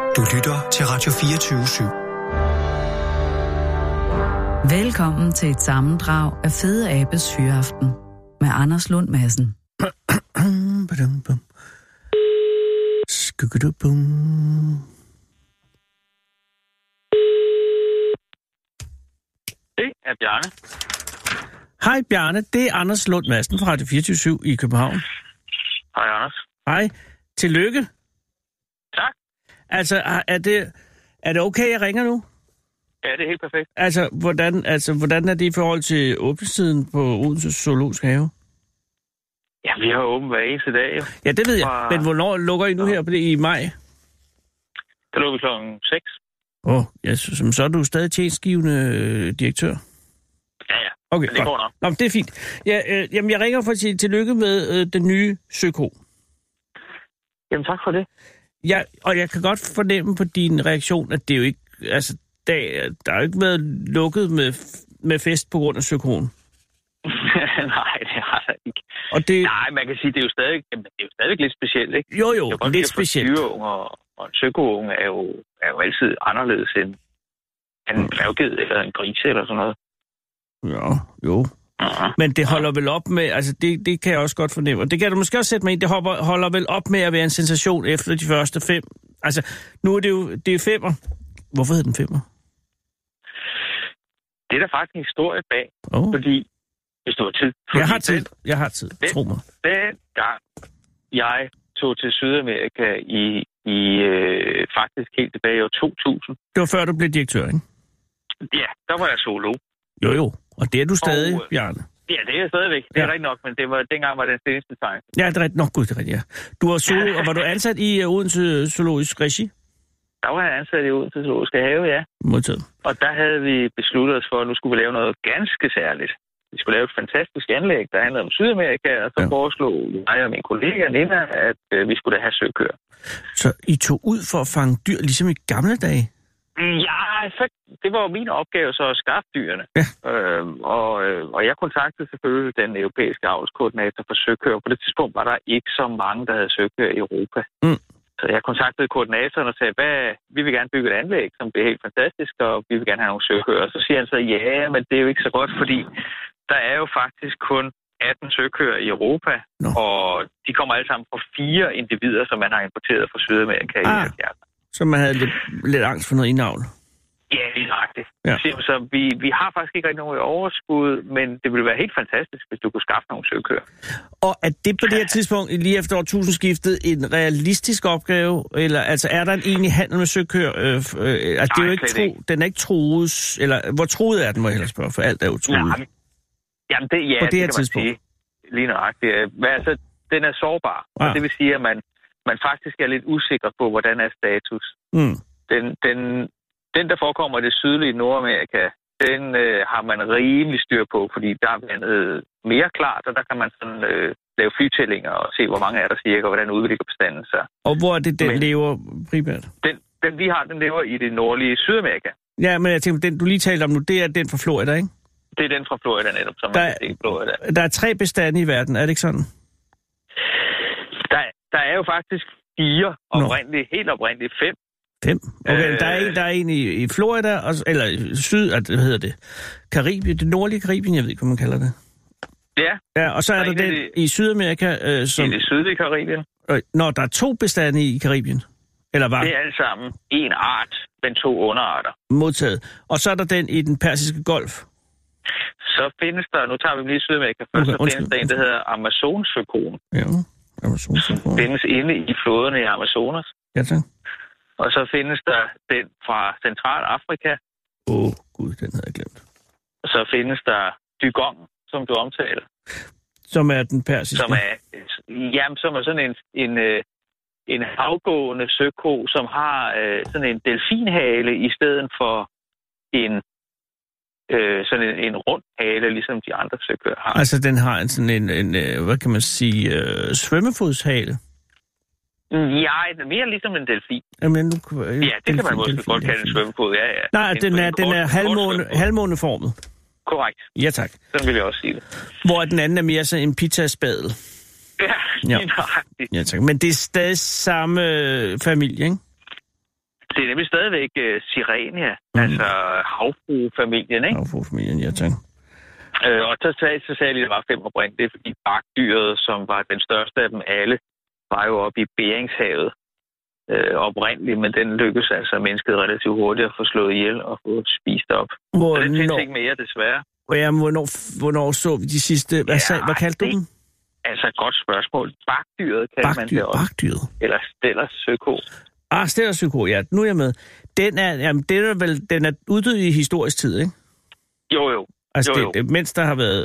Du lytter til Radio 24/7. Velkommen til et sammendrag af Fede Abes Fyraften med Anders Lund Madsen. Det er Bjarne. Hej Bjarne, det er Anders Lund Madsen fra Radio 24/7 i København. Hej Anders. Hej, tillykke. Tak. Altså, er det okay, jeg ringer nu? Ja, det er helt perfekt. Hvordan er det i forhold til åbningstiden på Odense Zoologisk Have? Ja, vi har åbent hver eneste dag. Jo. Ja, det ved jeg. Men hvornår lukker I nu her på det i maj? Der lukker vi klokken 6. Så er du stadig tjenestgivende direktør? Ja. Okay, men det går nok. Nå, det er fint. Jamen, jeg ringer for at sige tillykke med den nye Søko. Jamen, tak for det. Ja, og jeg kan godt fornemme på din reaktion, at det jo ikke... Altså, der er jo ikke været lukket med fest på grund af Søkoen. Nej, det har der ikke. Nej, man kan sige, det er jo stadig lidt specielt, ikke? Jo, lidt specielt. En og en Søkounge er jo altid anderledes end en dværgged eller en gris eller sådan noget. Ja, jo. Uh-huh. Men det holder vel op med, altså det kan jeg også godt fornemme. Og det kan du måske også sætte mig ind, det holder vel op med at være en sensation efter de første 5. Altså, nu er det er 5'er. Hvorfor hedder den 5'er? Det er der faktisk en historie bag, fordi hvis du har tid. Jeg har tid, tro mig. Den gang jeg tog til Sydamerika i faktisk helt tilbage i år 2000. Det var før du blev direktør, ikke? Ja, der var jeg zoolog. Jo, og det er du stadig, Bjarne. Ja, det er jeg stadigvæk. Det er rigtigt nok, men dengang var det en stillingsbetegnelse. Ja, det er rigtigt nok. Gud, det er rigtigt, ja. Du var zoolog, og var du ansat i Odense Zoologisk Regi? Der var jeg ansat i Odense Zoologisk Have, ja. Modtaget. Og der havde vi besluttet os for, at nu skulle vi lave noget ganske særligt. Vi skulle lave et fantastisk anlæg, der handlede om Sydamerika, og så foreslog jeg og min kollega Nina, at vi skulle da have søkøer. Så I tog ud for at fange dyr, ligesom i gamle dage? Ja, det var jo min opgave så at skaffe dyrene. Ja. Og jeg kontaktede selvfølgelig den europæiske avlskoordinator for søkøer. På det tidspunkt var der ikke så mange, der havde søkøer i Europa. Mm. Så jeg kontaktede koordinatoren og sagde, vi vil gerne bygge et anlæg, som bliver helt fantastisk, og vi vil gerne have nogle søkøer. Og så siger han så, ja, men det er jo ikke så godt, fordi der er jo faktisk kun 18 søkøer i Europa, og de kommer alle sammen fra 4 individer, som man har importeret fra Sydamerika i 70'erne. Så man havde lidt angst for noget indavl? Ja, lige nøjagtigt. Ja. Så vi har faktisk ikke rigtig nogen overskud, men det ville være helt fantastisk, hvis du kunne skaffe nogle søkøer. Og er det på det her tidspunkt, lige efter årtusindskiftet, en realistisk opgave? Eller altså, er der en egentlig handel med søkøer? Altså, det er jo ikke den er ikke truet, eller hvor truet er den, må jeg hellere spørge, for alt er jo truet. Jamen på det her tidspunkt. Man sige. Lige nøjagtigt. Men altså, den er sårbar. Og det vil sige, at man faktisk er lidt usikker på, hvordan er status. Mm. Den, der forekommer i det sydlige Nordamerika, den har man rimelig styr på, fordi der er vandet mere klart, og der kan man sådan lave flytællinger og se, hvor mange er der cirka, og hvordan udvikler bestanden sig. Og hvor er det, den lever primært? Den vi har, den lever i det nordlige Sydamerika. Ja, men jeg tænker, den du lige talte om nu, det er den fra Florida, ikke? Det er den fra Florida netop, som man kan se i Florida. Der er 3 bestande i verden, er det ikke sådan? Der er jo faktisk 4 helt oprindeligt 5. 5? Okay, der er en i Florida, eller syd, hvad hedder det? Karibien, det nordlige Karibien, jeg ved ikke, hvad man kalder det. Ja, og så er der den i Sydamerika, som... I det sydlige Karibien. Der er 2 bestande i Karibien? Eller hvad? Det er alle sammen en art, men 2 underarter. Modtaget. Og så er der den i den persiske golf? Så findes der, nu tager vi lige Sydamerika først, så findes der en, der hedder Amazonsøkoen. Ja, Amazonsøkoen. Findes inde i floderne i Amazonas. Ja, tak. Og så findes der den fra Centralafrika. Gud, den havde jeg glemt. Og så findes der Dugong, som du omtaler. Som er den persiske? Som er sådan en havgående søko, som har sådan en delfinhale i stedet for en rund hale, ligesom de andre søkøer har. Altså, den har sådan en hvad kan man sige, svømmefodshale? Ja, mere ligesom en delfin. Jamen, det kan man måske godt kalde en svømmefod, ja. Nej, den er halvmåneformet. Korrekt. Ja, tak. Sådan vil jeg også sige det. Hvor den anden er mere sådan en pizzaspadel. Ja, ja, tak. Men det er stadig samme familie, ikke? Det er nemlig stadigvæk Sirenia, altså havfruefamilien, ikke? Havfruefamilien, ja tak. Og så sagde jeg lige, at det var 5 oprindeligt. Det er fordi bakdyret, som var den største af dem alle, var jo oppe i Beringshavet oprindeligt, men den lykkedes altså mennesket relativt hurtigt at få slået ihjel og få spist op. Så den findes ikke mere, desværre. Ja, hvornår så vi de sidste... Hvad kaldte du den? Altså et godt spørgsmål. Bakdyret kalder man det også. Bakdyret? Eller Stellers søko. Stellers søko, ja. Nu er jeg med. Den er uddød i historisk tid, ikke? Jo. Altså, mens der har været...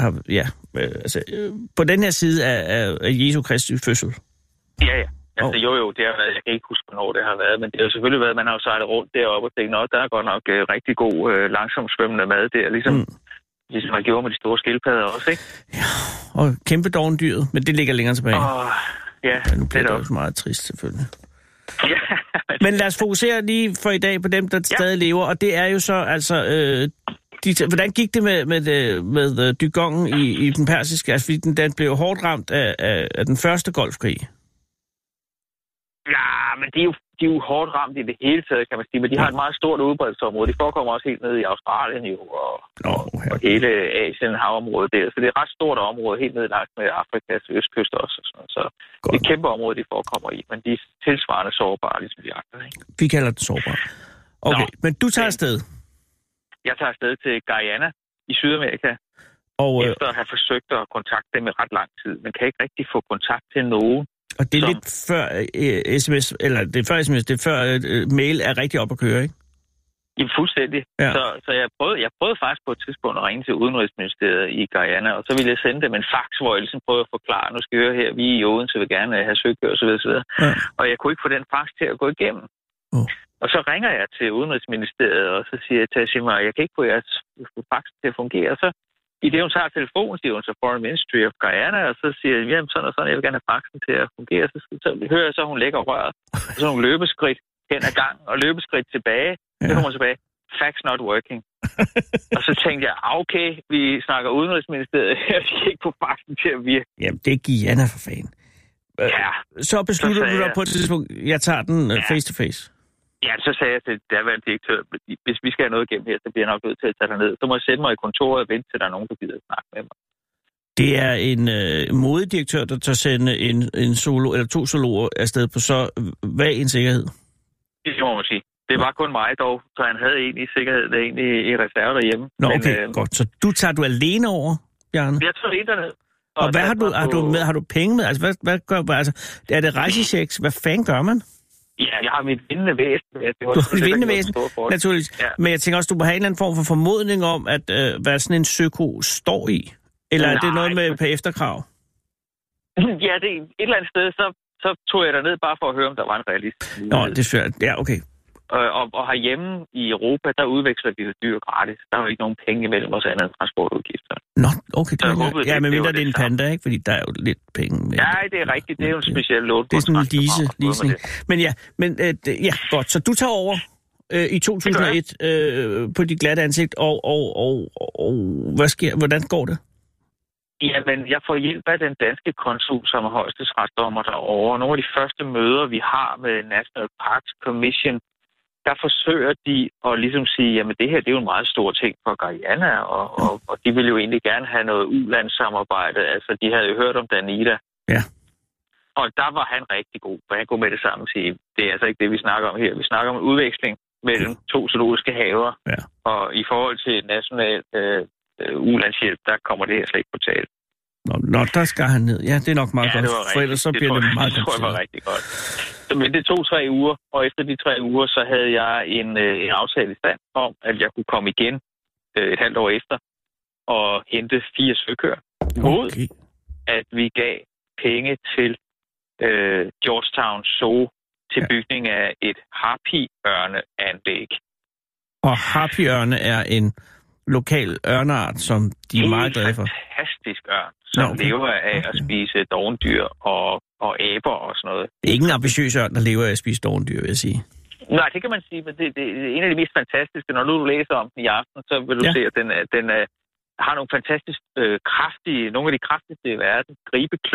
på den her side af Jesu Kristi fødsel. Ja. Altså, det har været, jeg kan ikke huske, hvornår det har været, men det har jo selvfølgelig været, man har jo sejlet rundt deroppe og tænkt, der er godt nok rigtig god, langsomt svømmende mad der, ligesom man gjorde med de store skildpadder også, ikke? Ja, og kæmpe dovendyret, men det ligger længere tilbage. Ja, nu bliver det også meget trist, selvfølgelig. Ja. Men lad os fokusere lige for i dag på dem, der stadig lever, og det er jo så, altså... hvordan gik det med Dugongen i den persiske? Altså, fordi den blev hårdt ramt af den første golfkrig. Ja, men de er jo hårdt ramt i det hele taget, kan man sige. Men de har et meget stort udbredelsesområde. De forekommer også helt nede i Australien jo, og hele Asien havområdet der. Så det er et ret stort område, helt nede langs med Afrikas østkyst også. Og sådan. Så det er et kæmpe område, de forekommer i. Men de er tilsvarende sårbare, ligesom de andre. Ikke? Vi kalder det sårbare. Okay, men du tager afsted. Jeg tager afsted til Guyana i Sydamerika. Efter at have forsøgt at kontakte dem i ret lang tid. Man kan ikke rigtig få kontakt til nogen. Og det er lidt før sms, eller det er før sms, det er før mail er rigtig op at køre, ikke? Jamen fuldstændig. Ja. Så jeg prøvede faktisk på et tidspunkt at ringe til Udenrigsministeriet i Guyana, og så ville jeg sende dem en fax, hvor jeg ligesom prøvede at forklare, nu skal jeg høre her, vi i Odense vil gerne have søkører osv. Ja. Og jeg kunne ikke få den fax til at gå igennem. Og så ringer jeg til Udenrigsministeriet, og så siger jeg til Ashima, jeg kan ikke få jeres fax til at fungere. Så i det, hun tager telefonen, siger hun så Foreign Ministry of Guyana, og så siger jeg, jamen sådan og sådan, jeg vil gerne have faxen til at fungere. Så hører jeg så, hun lægger røret, og så nogle løbeskridt hen ad gang, og løbeskridt tilbage. Så kommer hun tilbage, fax not working. Og så tænkte jeg, okay, vi snakker Udenrigsministeriet her, vi kan ikke få faxen til at virke. Jamen, det er Guyana for fanden. Ja. Så beslutter du dig på et tidspunkt, jeg tager den face to face. Ja, så sagde jeg til daværende direktør, hvis vi skal have noget igennem her, så bliver jeg nok nødt til at tage derned. Så må jeg sætte mig i kontoret og vente til, der er nogen, der gider at snakke med mig. Det er en modedirektør, der tager sende en solo eller 2 soloer afsted på så hvad en sikkerhed? Det må man sige. Det var kun mig dog, så han havde egentlig sikkerhed, det er egentlig i reserve derhjemme. Nå, okay, godt. Så tager du alene over, Bjarne? Jeg tager alene derned. Og hvad har du penge med? Altså, hvad gør man? Altså, er det rejsechecks? Hvad fanden gør man? Ja, jeg har mit vindende væsen. Du har et vindende væsen, naturligvis. Ja. Men jeg tænker også, du må have en eller anden form for formodning om, at hvad sådan en søko står i. Eller er det noget med på efterkrav? Ja, det er et eller andet sted, så tog jeg derned bare for at høre, om der var en realistisk. Nå, det er svært. Ja, okay. Og herhjemme i Europa, der udveksler de det dyr gratis. Der er jo ikke nogen penge imellem os andet end transportudgifter. Nå, okay. Ja, men mindre det er en panda, ikke? Fordi der er jo lidt penge med. Ja, det er rigtigt. Det er jo en speciel lån. Det er sådan en leasing. Men godt. Så du tager over i 2001 på dit glatte ansigt, og hvad sker? Hvordan går det? Jamen, jeg får hjælp af den danske konsul, som er højesteret derovre. Nogle af de første møder, vi har med National Parks Commission, der forsøger de at ligesom sige, jamen det her, det er jo en meget stor ting for Guyana, og de ville jo egentlig gerne have noget ulandssamarbejde. Altså, de havde jo hørt om Danida. Ja. Og der var han rigtig god, for han kunne med det samme sige, det er altså ikke det, vi snakker om her. Vi snakker om en udveksling mellem 2 zoologiske haver, og i forhold til national ulandshjælp, der kommer det her slet ikke på tale. Nå, der skal han ned. Ja, det er nok meget godt, for ellers så bliver det meget godt. Det tror jeg var rigtig godt. Men det tog 3 uger, og efter de 3 uger, så havde jeg en aftale i stand om, at jeg kunne komme igen et halvt år efter og hente 4 søkøer. Mod at vi gav penge til Georgetown Zoo til bygning af et harpiørneanlæg. Og harpiørne er en lokal ørneart, som de er meget glade for. En fantastisk ørn, som lever af at spise dovendyr og aber og sådan noget. Det er ikke en ambitiøs ørn, der lever af at spise dovendyr, vil jeg sige. Nej, det kan man sige, men det er en af de mest fantastiske. Når du læser om den i aften, så vil du se, at den har nogle fantastisk kraftige, nogle af de kraftigste i verden, gribeklør.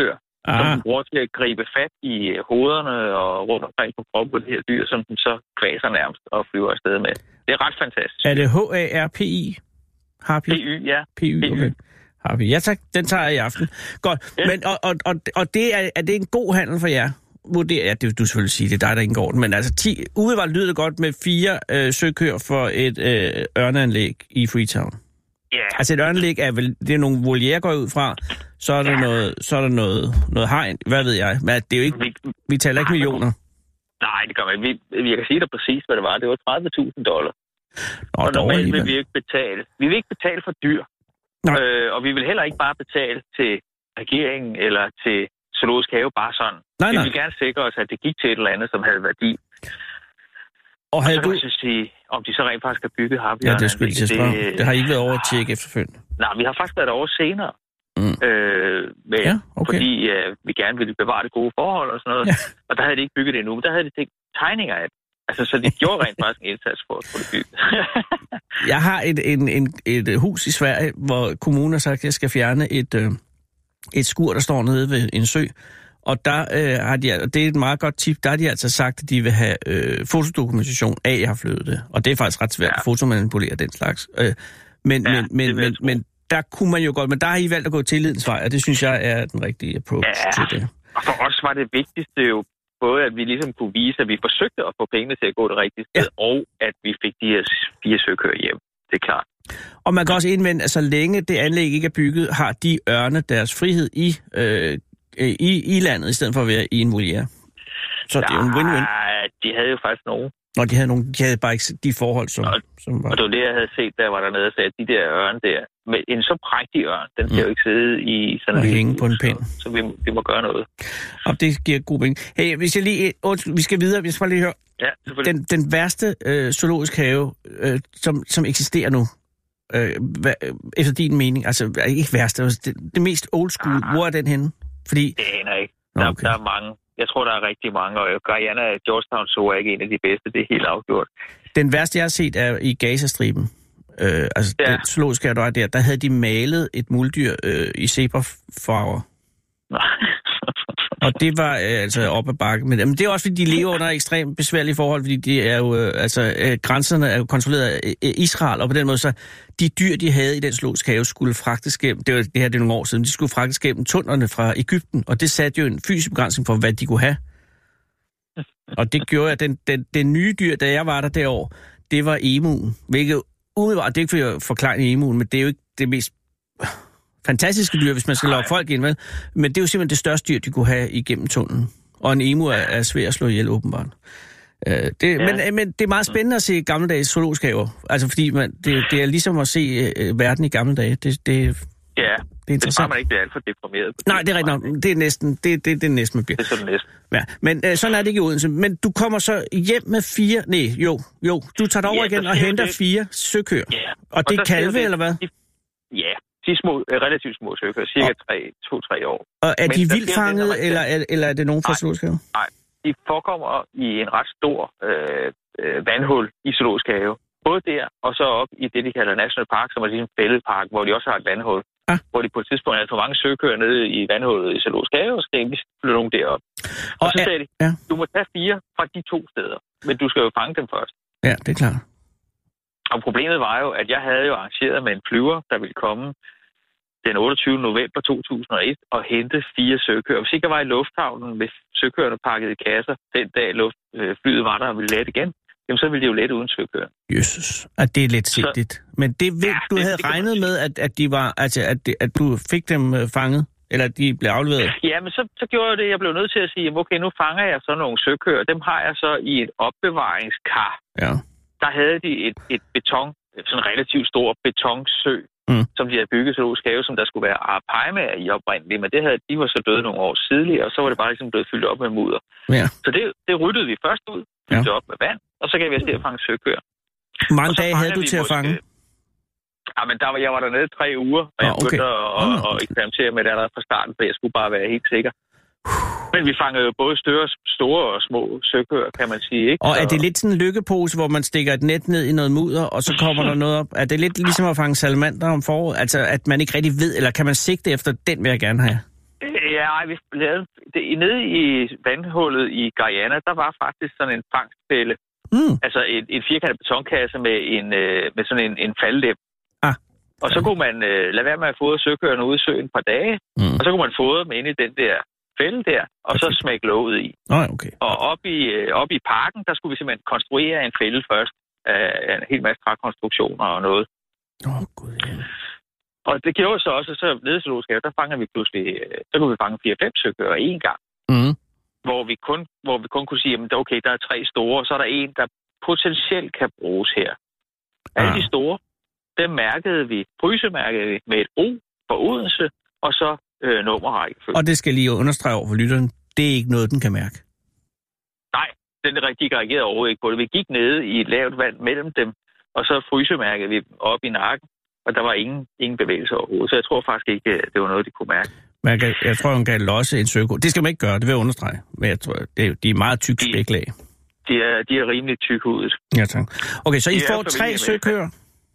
som den bruger til at gribe fat i hovederne og rundt omkring på kroppen på det her dyr, som den så kvaser nærmest og flyver afsted med. Det er ret fantastisk. Er det HARPI? Harpy? PY, ja. PY, okay. Harpy. Ja tak, den tager jeg i aften. Godt, ja. Men og det er det en god handel for jer? Ja, det vil du selvfølgelig sige, det er dig, der indgår den, men altså udvalgt lyder det godt med 4 søkøer for et ørneanlæg i Freetown. Ja. Yeah. Altså et ørneanlæg er vel, det er nogle voliere går ud fra, så er der noget hegn, hvad ved jeg, men det er jo ikke, vi taler ikke millioner. Nej, det gør man ikke. Jeg kan sige dig præcis, hvad det var. Det var $30,000. Og normalt vil vi ikke betale. Vi vil ikke betale for dyr. Og vi vil heller ikke bare betale til regeringen eller til Zoologisk Have bare sådan. Vi vil gerne sikre os, at det gik til et eller andet, som havde værdi. Og så kan man så sige, om de så rent faktisk har bygget harpyerne. Ja, det skulle de til at spørge. Det har I ikke været over at tjekke efterfølgende? Nej, vi har faktisk været over senere. Fordi vi gerne ville bevare det gode forhold og sådan noget. Ja. Og der havde de ikke bygget det endnu. Men der havde de tegninger af det. Altså, så de gjorde rent faktisk en indsats for at få det bygget. Jeg har et hus i Sverige, hvor kommunen har sagt, at jeg skal fjerne et skur, der står nede ved en sø. Og der har de, og det er et meget godt tip, der har de altså sagt, at de vil have fotodokumentation af, at jeg har flyttet det. Og det er faktisk ret svært at fotomanipulere den slags. Men der kunne man jo godt, men der har I valgt at gå tillidens vej, og det synes jeg er den rigtige approach til det. Og for os var det vigtigste jo både, at vi ligesom kunne vise, at vi forsøgte at få pengene til at gå det rigtige sted, og at vi fik de her 4 søkøer hjem. Det er klart. Og man kan også indvende, at så længe det anlæg ikke er bygget, har de ørne deres frihed i landet, i stedet for at være i en voliere. Så det er jo en win-win. De havde jo faktisk nogen. Nå, de havde bare ikke de forhold, som var... Og det var det, jeg havde set, der var dernede og sagde, at de der ørne der, med en så prægtig ørn, den skal jo ikke sidde i sådan en... hænge på en pind. Så vi må gøre noget. Og det giver god mening. Hey, hvis jeg lige... vi skal videre, hvis jeg bare lige høre. Ja, selvfølgelig. Den værste zoologisk have, som eksisterer nu, efter din mening, altså ikke værste, det mest old school, hvor er den henne? Fordi... Det aner jeg ikke. Der er mange. Jeg tror, der er rigtig mange, og Guyana Georgetown Zoo er ikke en af de bedste, det er helt afgjort. Den værste, jeg har set, er i Gazastriben. Den zoologiske have, der havde de malet et muldyr i zebrafarver. Og det var altså op ad bakken. Men det er også, fordi de lever under ekstremt besværlige forhold, fordi de er jo, grænserne er jo kontrolleret af Israel, og på den måde så, de dyr, de havde i den zoologiske have, skulle fragtes gennem, det er nogle år siden, de skulle fragtes gennem tunnelerne fra Egypten, og det satte jo en fysisk begrænsning for, hvad de kunne have. Og det gjorde, at den nye dyr, da jeg var der derovre, det var emuen, hvilket umiddelbart, det er ikke for at forklare emuen, men det er jo ikke det mest fantastiske dyr, hvis man skal lokke folk ind, vel? Men det er jo simpelthen det største dyr, de kunne have igennem tunnelen. Og en emu er svær at slå ihjel, åbenbart. Men det er meget spændende at se gammeldags zoologiske haver. Altså, fordi det er ligesom at se verden i gamle dage. Det er interessant. Det er man ikke alt for deprimeret. Nej, det er rigtigt nok. Det er næsten, det er næsten, man bliver. Det er sådan næsten. Ja, men sådan er det ikke i Odense. Men du kommer så hjem med 4... Nej, jo. Du tager over igen og henter 4 søkøer. Ja. Og det er kalve, eller hvad? Ja. De er relativt små søkøer, cirka 2-3 år. Og er de vildfanget, eller er det nogen fra zoologisk have? Nej, de forekommer i en ret stor vandhul i zoologisk have. Både der, og så op i det, de kalder National Park, som er ligesom en fældepark, hvor de også har et vandhul. Hvor de på et tidspunkt er for mange søkøer nede i vandhullet i zoologisk have, og så skal de flytte nogen derop. Og så sagde de, du må tage 4 fra de 2 steder, men du skal jo fange dem først. Ja, det er klart. Og problemet var jo, at jeg havde jo arrangeret med en flyver, der ville komme den 28. november 2001 og hente 4 søkøer. Hvis ikke jeg var i lufthavnen med søkøerne pakket i kasser, den dag flyet var der og ville lette igen, jamen så ville de jo lette uden søkøer. Jesus, at det er lidt sigtigt. Men du havde regnet med, at de var, altså at du fik dem fanget, eller at de blev afleveret? Ja, men så gjorde jeg det. Jeg blev nødt til at sige, okay, nu fanger jeg så nogle søkøer. Dem har jeg så i et opbevaringskar. Ja. Der havde de et beton, sådan en relativt stor betonsø, som de havde bygget zoologisk have, som der skulle være arapaimaer i oprindeligt, men de var så døde nogle år tidligere, og så var det bare ligesom blevet fyldt op med mudder. Ja. Så det ryddede vi først ud, fyldte op med vand, og så gav vi os til at fange søkøer. Hvor mange dage havde du til at fange? Ja, men jeg var dernede 3 uger, og jeg begyndte at eksperimentere med det allerede fra starten, for jeg skulle bare være helt sikker. Men vi fangede jo både store og små søkøer, kan man sige, ikke? Og er det lidt sådan en lykkepose, hvor man stikker et net ned i noget mudder, og så kommer der noget op? Er det lidt ligesom at fange salamander om foråret? Altså, at man ikke rigtig ved, eller kan man sigte efter, den vil jeg gerne have? vi lavede det. Nede i vandhullet i Guyana, der var faktisk sådan en fangstfælde. Altså en firkantet betonkasse med sådan en faldlem. Og så kunne man lade være med at fodre søkøerne ude i søen et par dage, og så kunne man fodre dem ind i den der fælde der, og så smække låget i. Okay. Og op i parken, der skulle vi simpelthen konstruere en fælde først, af en hel masse trækonstruktioner og noget. Gud, ja. Og det gjorde så også, så nede i Zoologisk Have, der fanger vi pludselig, så kunne vi fange 4-5 søkøer én gang. Hvor vi kun kunne sige, at okay, der er 3 store, og så er der en, der potentielt kan bruges her. Alle de store, dem frysemærkede vi med et O for Odense, og så nummerrækkefølge. Og det skal lige understrege over for lytteren, det er ikke noget, den kan mærke? Nej, den reagerede overhovedet ikke på det. Vi gik nede i et lavt vand mellem dem, og så frysemærkede vi op i nakken, og der var ingen bevægelse overhovedet. Så jeg tror faktisk ikke, det var noget, de kunne mærke. Men jeg tror, hun kan losse en søko. Det skal man ikke gøre, det vil jeg understrege. Men jeg tror, de er meget tyk spæklag. De er rimelig tykhudet. Ja, tak. Okay, så I får 3 søkøer?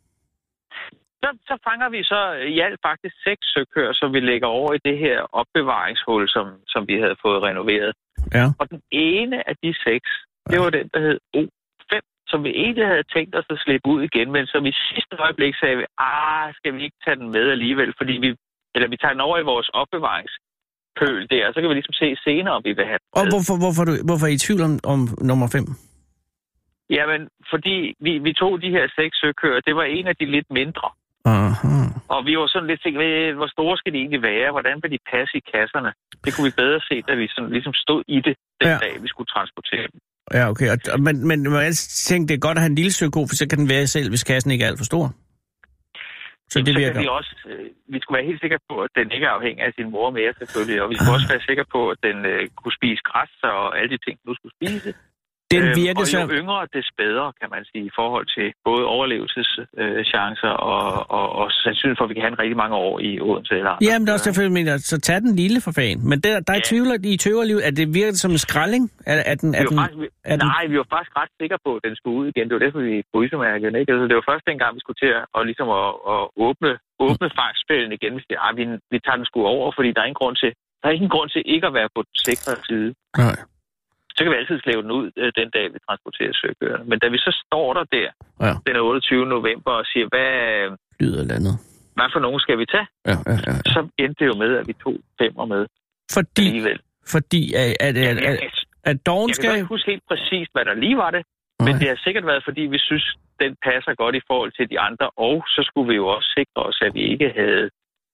Så fanger vi så i alt faktisk 6 søkøer, som vi lægger over i det her opbevaringshul, som vi havde fået renoveret. Ja. Og den ene af de 6, det var den, der hed O5, som vi egentlig havde tænkt os at slippe ud igen, men som i sidste øjeblik sagde vi, skal vi ikke tage den med alligevel, fordi vi tager den over i vores opbevaringspøl der, og så kan vi ligesom se senere, om vi vil have den. Og hvorfor er I i tvivl om nummer 5? Jamen, fordi vi tog de her 6 søkøer, det var en af de lidt mindre. Og vi var sådan lidt tænkt, hvor store skal de egentlig være? Hvordan vil de passe i kasserne? Det kunne vi bedre se, da vi sådan ligesom stod i det den dag, vi skulle transportere dem. Ja, okay. Men jeg tænkte, det er godt at have en lille søko, for så kan den være selv, hvis kassen ikke er alt for stor. Så det virker. Vi skulle være helt sikre på, at den ikke er afhængig af sin mor mere, selvfølgelig. Og vi skulle også være sikre på, at den kunne spise græs og alle de ting, du skulle spise. Den virker og jo yngre, des bedre, kan man sige, i forhold til både overlevelseschancer og sandsynlighed for, at vi kan have en rigtig mange år i Odense eller andre. Jamen, det er også derfor, jeg mener, så tag den lille for fanden. Men der er tvivler i tøverlivet, at det virker som en skralding? Nej, vi var faktisk ret sikre på, at den skulle ud igen. Det var derfor, vi frysemærkede den, ikke? Altså, det var først dengang, vi skulle til at åbne fangstspillen igen. Vi tager den sgu over, fordi der er ingen grund til ikke at være på den sikre side. Nej. Så kan vi altid slæve den ud den dag, vi transporterer søkøerne. Men da vi så står der den 28. november og siger, hvad for nogen skal vi tage? Så endte det jo med, at vi tog 5 med. Fordi at Dawn skal... Jeg kan ikke huske helt præcist, hvad der lige var det. Men det har sikkert været, fordi vi synes, den passer godt i forhold til de andre. Og så skulle vi jo også sikre os, at vi ikke havde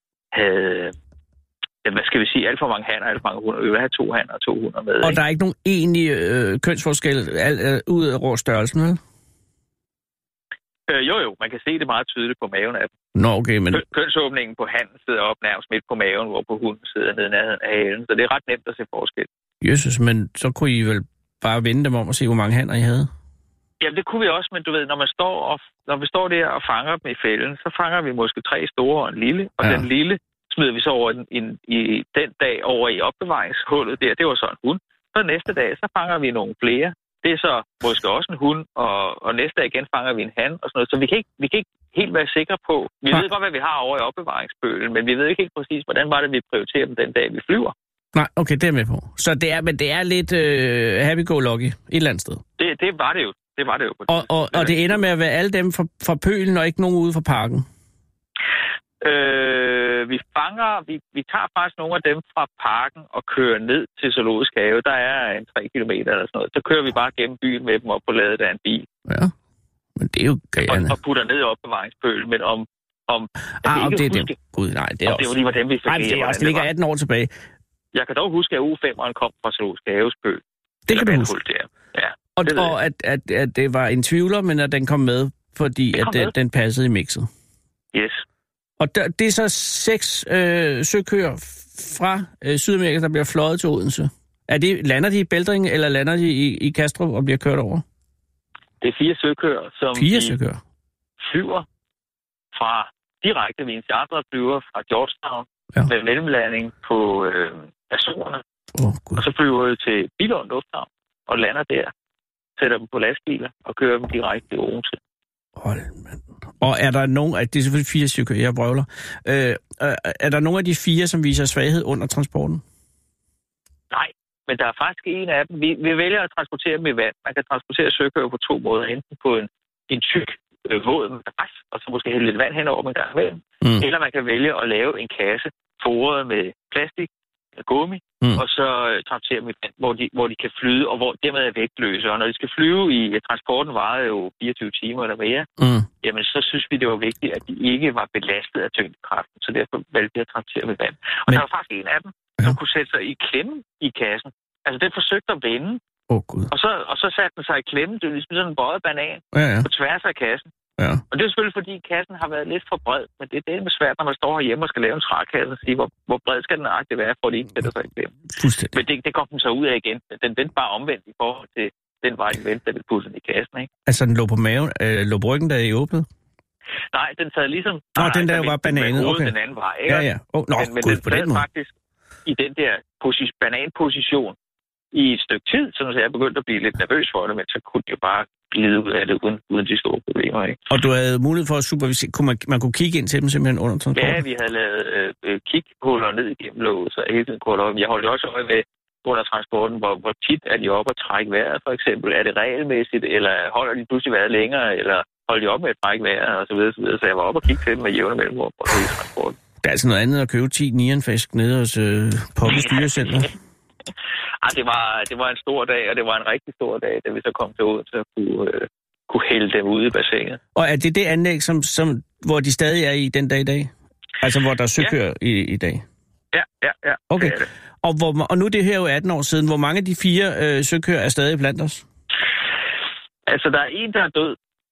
hvad skal vi sige, alt for mange hanner, alt for mange hunder. Vi vil have 2 hanner og 2 hunder med. Og der er ikke nogen egentlig kønsforskel ud over størrelsen, vel? Jo, man kan se det meget tydeligt på maven af dem. Nå, okay, men... Kønsåbningen på hannen sidder op nærmest midt på maven, hvor på hunden sidder nede nærheden af halen. Så det er ret nemt at se forskel. Jesus, men så kunne I vel bare vende dem om og se, hvor mange hanner I havde? Jamen, det kunne vi også, men du ved, når vi står der og fanger dem i fælden, så fanger vi måske 3 store og en lille, og den lille smider vi så over i den dag over i opbevaringshullet der. Det var så en hund. Så næste dag, så fanger vi nogle flere. Det er så måske også en hund, og næste dag igen fanger vi en han og sådan noget. Så vi kan ikke helt være sikre på. Vi ved godt, hvad vi har over i opbevaringsbølen, men vi ved ikke helt præcis, hvordan var det, vi prioriterer dem den dag, vi flyver. Nej, okay, det er med på. Så det er lidt happy-go-lucky et eller andet sted. Det var det jo. Det var det jo. Og det ender med at være alle dem fra pølen, og ikke nogen ude fra parken? Vi tager faktisk nogle af dem fra parken og kører ned til Zoologisk Have. Der er 3 kilometer eller sådan noget. Så kører vi bare gennem byen med dem op på ladet af en bil. Ja, men det er jo gærende. Og putter ned i opbevaringspølen, men om Gud, nej, det er også... Det var lige, hvordan vi fik det ligger 18 år tilbage. Jeg kan dog huske, at U5'eren kom fra Zoologisk Haves pøl. Det kan du huske. Ja, og at det var en tvivler, men at den kom med, fordi den passede i mixet. Yes. Og det er så 6 søkøer fra Sydamerika, der bliver fløjet til Odense. Lander de i Bæltring, eller lander de i Kastrup og bliver kørt over? Det er 4 søkøer, som 4 søkøer flyver fra direkte ved en charterflyver fra Georgetown med mellemlanding på Azorerne. Og så flyver vi til Billund Lufthavn og lander der, sætter dem på lastbiler og kører dem direkte til Odense. Hold, mand. Og er der nogen, det er selvfølgelig 4 stykker, jeg brøvler, er der nogen af de 4, som viser svaghed under transporten? Men der er faktisk en af dem. Vi vælger at transportere dem i vand. Man kan transportere søkøer på 2 måder. Enten på en tyk våd madras, og så måske hælde lidt vand henover med en gang imellem. Eller man kan vælge at lave en kasse foret med plastik, gummi, og så transportere dem i vand, hvor de kan flyde, og hvor dermed er vægtløse. Og når de skal flyve i transporten, varer jo 24 timer eller mere, jamen så synes vi, det var vigtigt, at de ikke var belastet af tyngdekraften. Så derfor valgte vi at transportere med vand. Og der var faktisk en af dem, som kunne sætte sig i klemme i kassen. Altså, den forsøgte at vende, og så satte den sig i klemme. Det er ligesom sådan en bøjet banan på tværs af kassen. Ja. Og det er selvfølgelig, fordi kassen har været lidt for bred, men det er svært, når man står herhjemme og skal lave en trækasse og sige, hvor bred skal den nøjagtigt være, for at de ikke sætter sig i klemme. Men det kom den så ud af igen. Den vendte bare omvendt i forhold til den vej, den vendte, da vi puttede den i kassen, ikke? Altså, den lå på maven, lå på ryggen, da I åbnede? Nej, den sad ligesom... den der var bananet, okay. Den anden vej, ikke? Ja. Men den sad faktisk i den der bananposition i et stykke tid, så jeg begyndte at blive lidt nervøs for det, men så kunne jeg bare glide ud af det uden de store problemer, ikke? Og du havde mulighed for at supervisere, man kunne kigge ind til dem simpelthen under transporten? Ja, vi havde lavet kighuller ned igennem låget, så hele tiden kunne jeg holdt også øje med under transporten, hvor tit er de oppe og trække vejret, for eksempel. Er det regelmæssigt, eller holder de pludselig vejret længere, eller holder de op med at trække vejret, og så videre, så videre. Så jeg var oppe og kigge til dem med jævne mellemrum på hele transporten. Det er altså noget andet at købe 10 nianfisk nede hos Poppe Styrecenter. Det var en stor dag, og det var en rigtig stor dag, da vi så kom til Odense og kunne hælde dem ud i bassinet. Og er det anlæg, hvor de stadig er i den dag i dag? Altså, hvor der er søkøer i dag? Ja. Okay. Og nu er det her jo 18 år siden. Hvor mange af de 4 søkøer er stadig blandt os? Altså, der er en, der er død.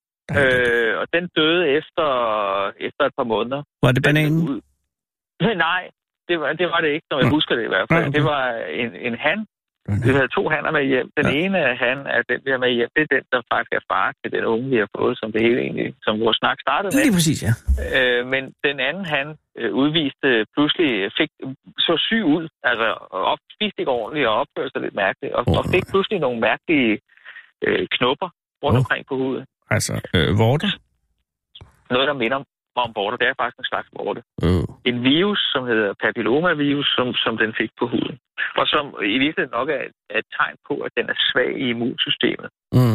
Og den døde efter et par måneder. Var det bananen? Nej. Det var det ikke, når jeg husker det i hvert fald. Okay. Det var en han. Vi havde 2 hanner med hjem. Den ene han er den, vi har med hjem. Det er den, der faktisk er far til den unge, vi har fået, som det hele egentlig, som vores snak startede med. Det er præcis, ja. Men den anden han udviste pludselig, så syg ud, altså spiste ikke ordentligt og opførte sig lidt mærkeligt, og fik pludselig nogle mærkelige knopper rundt omkring på huden. Altså, vorter? Noget, der minder om vorter. Det er faktisk en slags vorte. En virus, som hedder papillomavirus, som den fik på huden. Og som i virkeligheden nok er et tegn på, at den er svag i immunsystemet.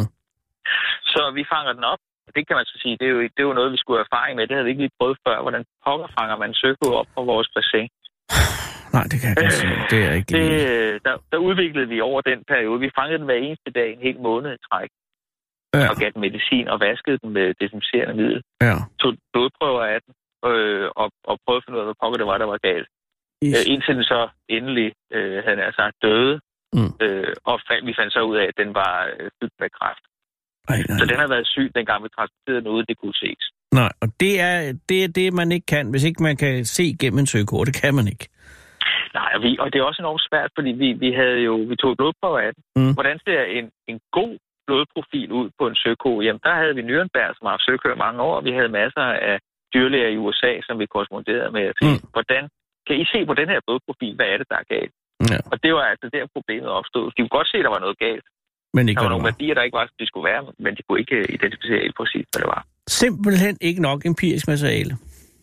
Så vi fanger den op. Det kan man så sige, det er jo noget, vi skulle have erfaring med. Det havde vi ikke lige prøvet før. Hvordan pokker fanger man søkøer op fra vores bassin? Nej, det kan jeg godt sige. Det er ikke der udviklede vi over den periode. Vi fangede den hver eneste dag en hel måned i træk. Og gav den medicin og vaskede den med desinficerende middel. Ja. Tog blodprøver af den og prøvede at finde ud af, hvad pokker det var, der var galt. Indtil den så endelig, havde jeg sagt, døde. Og vi fandt så ud af, at den var fyldt med kræft. Så den har været syg, dengang vi transporterede den ud, det kunne ses. Nej, og det er det, man ikke kan. Hvis ikke man kan se gennem en søkort, det kan man ikke. Nej, og det er også enormt svært, fordi vi tog blodprøver af den. Hvordan ser en god blodprofil ud på en søko? Jamen, der havde vi Nürnberg, som har haft søkøer mange år, og vi havde masser af dyrlæger i USA, som vi korresponderede med. Hvordan kan I se på den her blodprofil, hvad er det, der er galt? Ja. Og det var altså der problemet opstod. De kunne godt se, at der var noget galt. Men ikke der var nogle værdier, der ikke var, som de skulle være, men de kunne ikke identificere helt præcis, hvad det var. Simpelthen ikke nok empirisk materiale.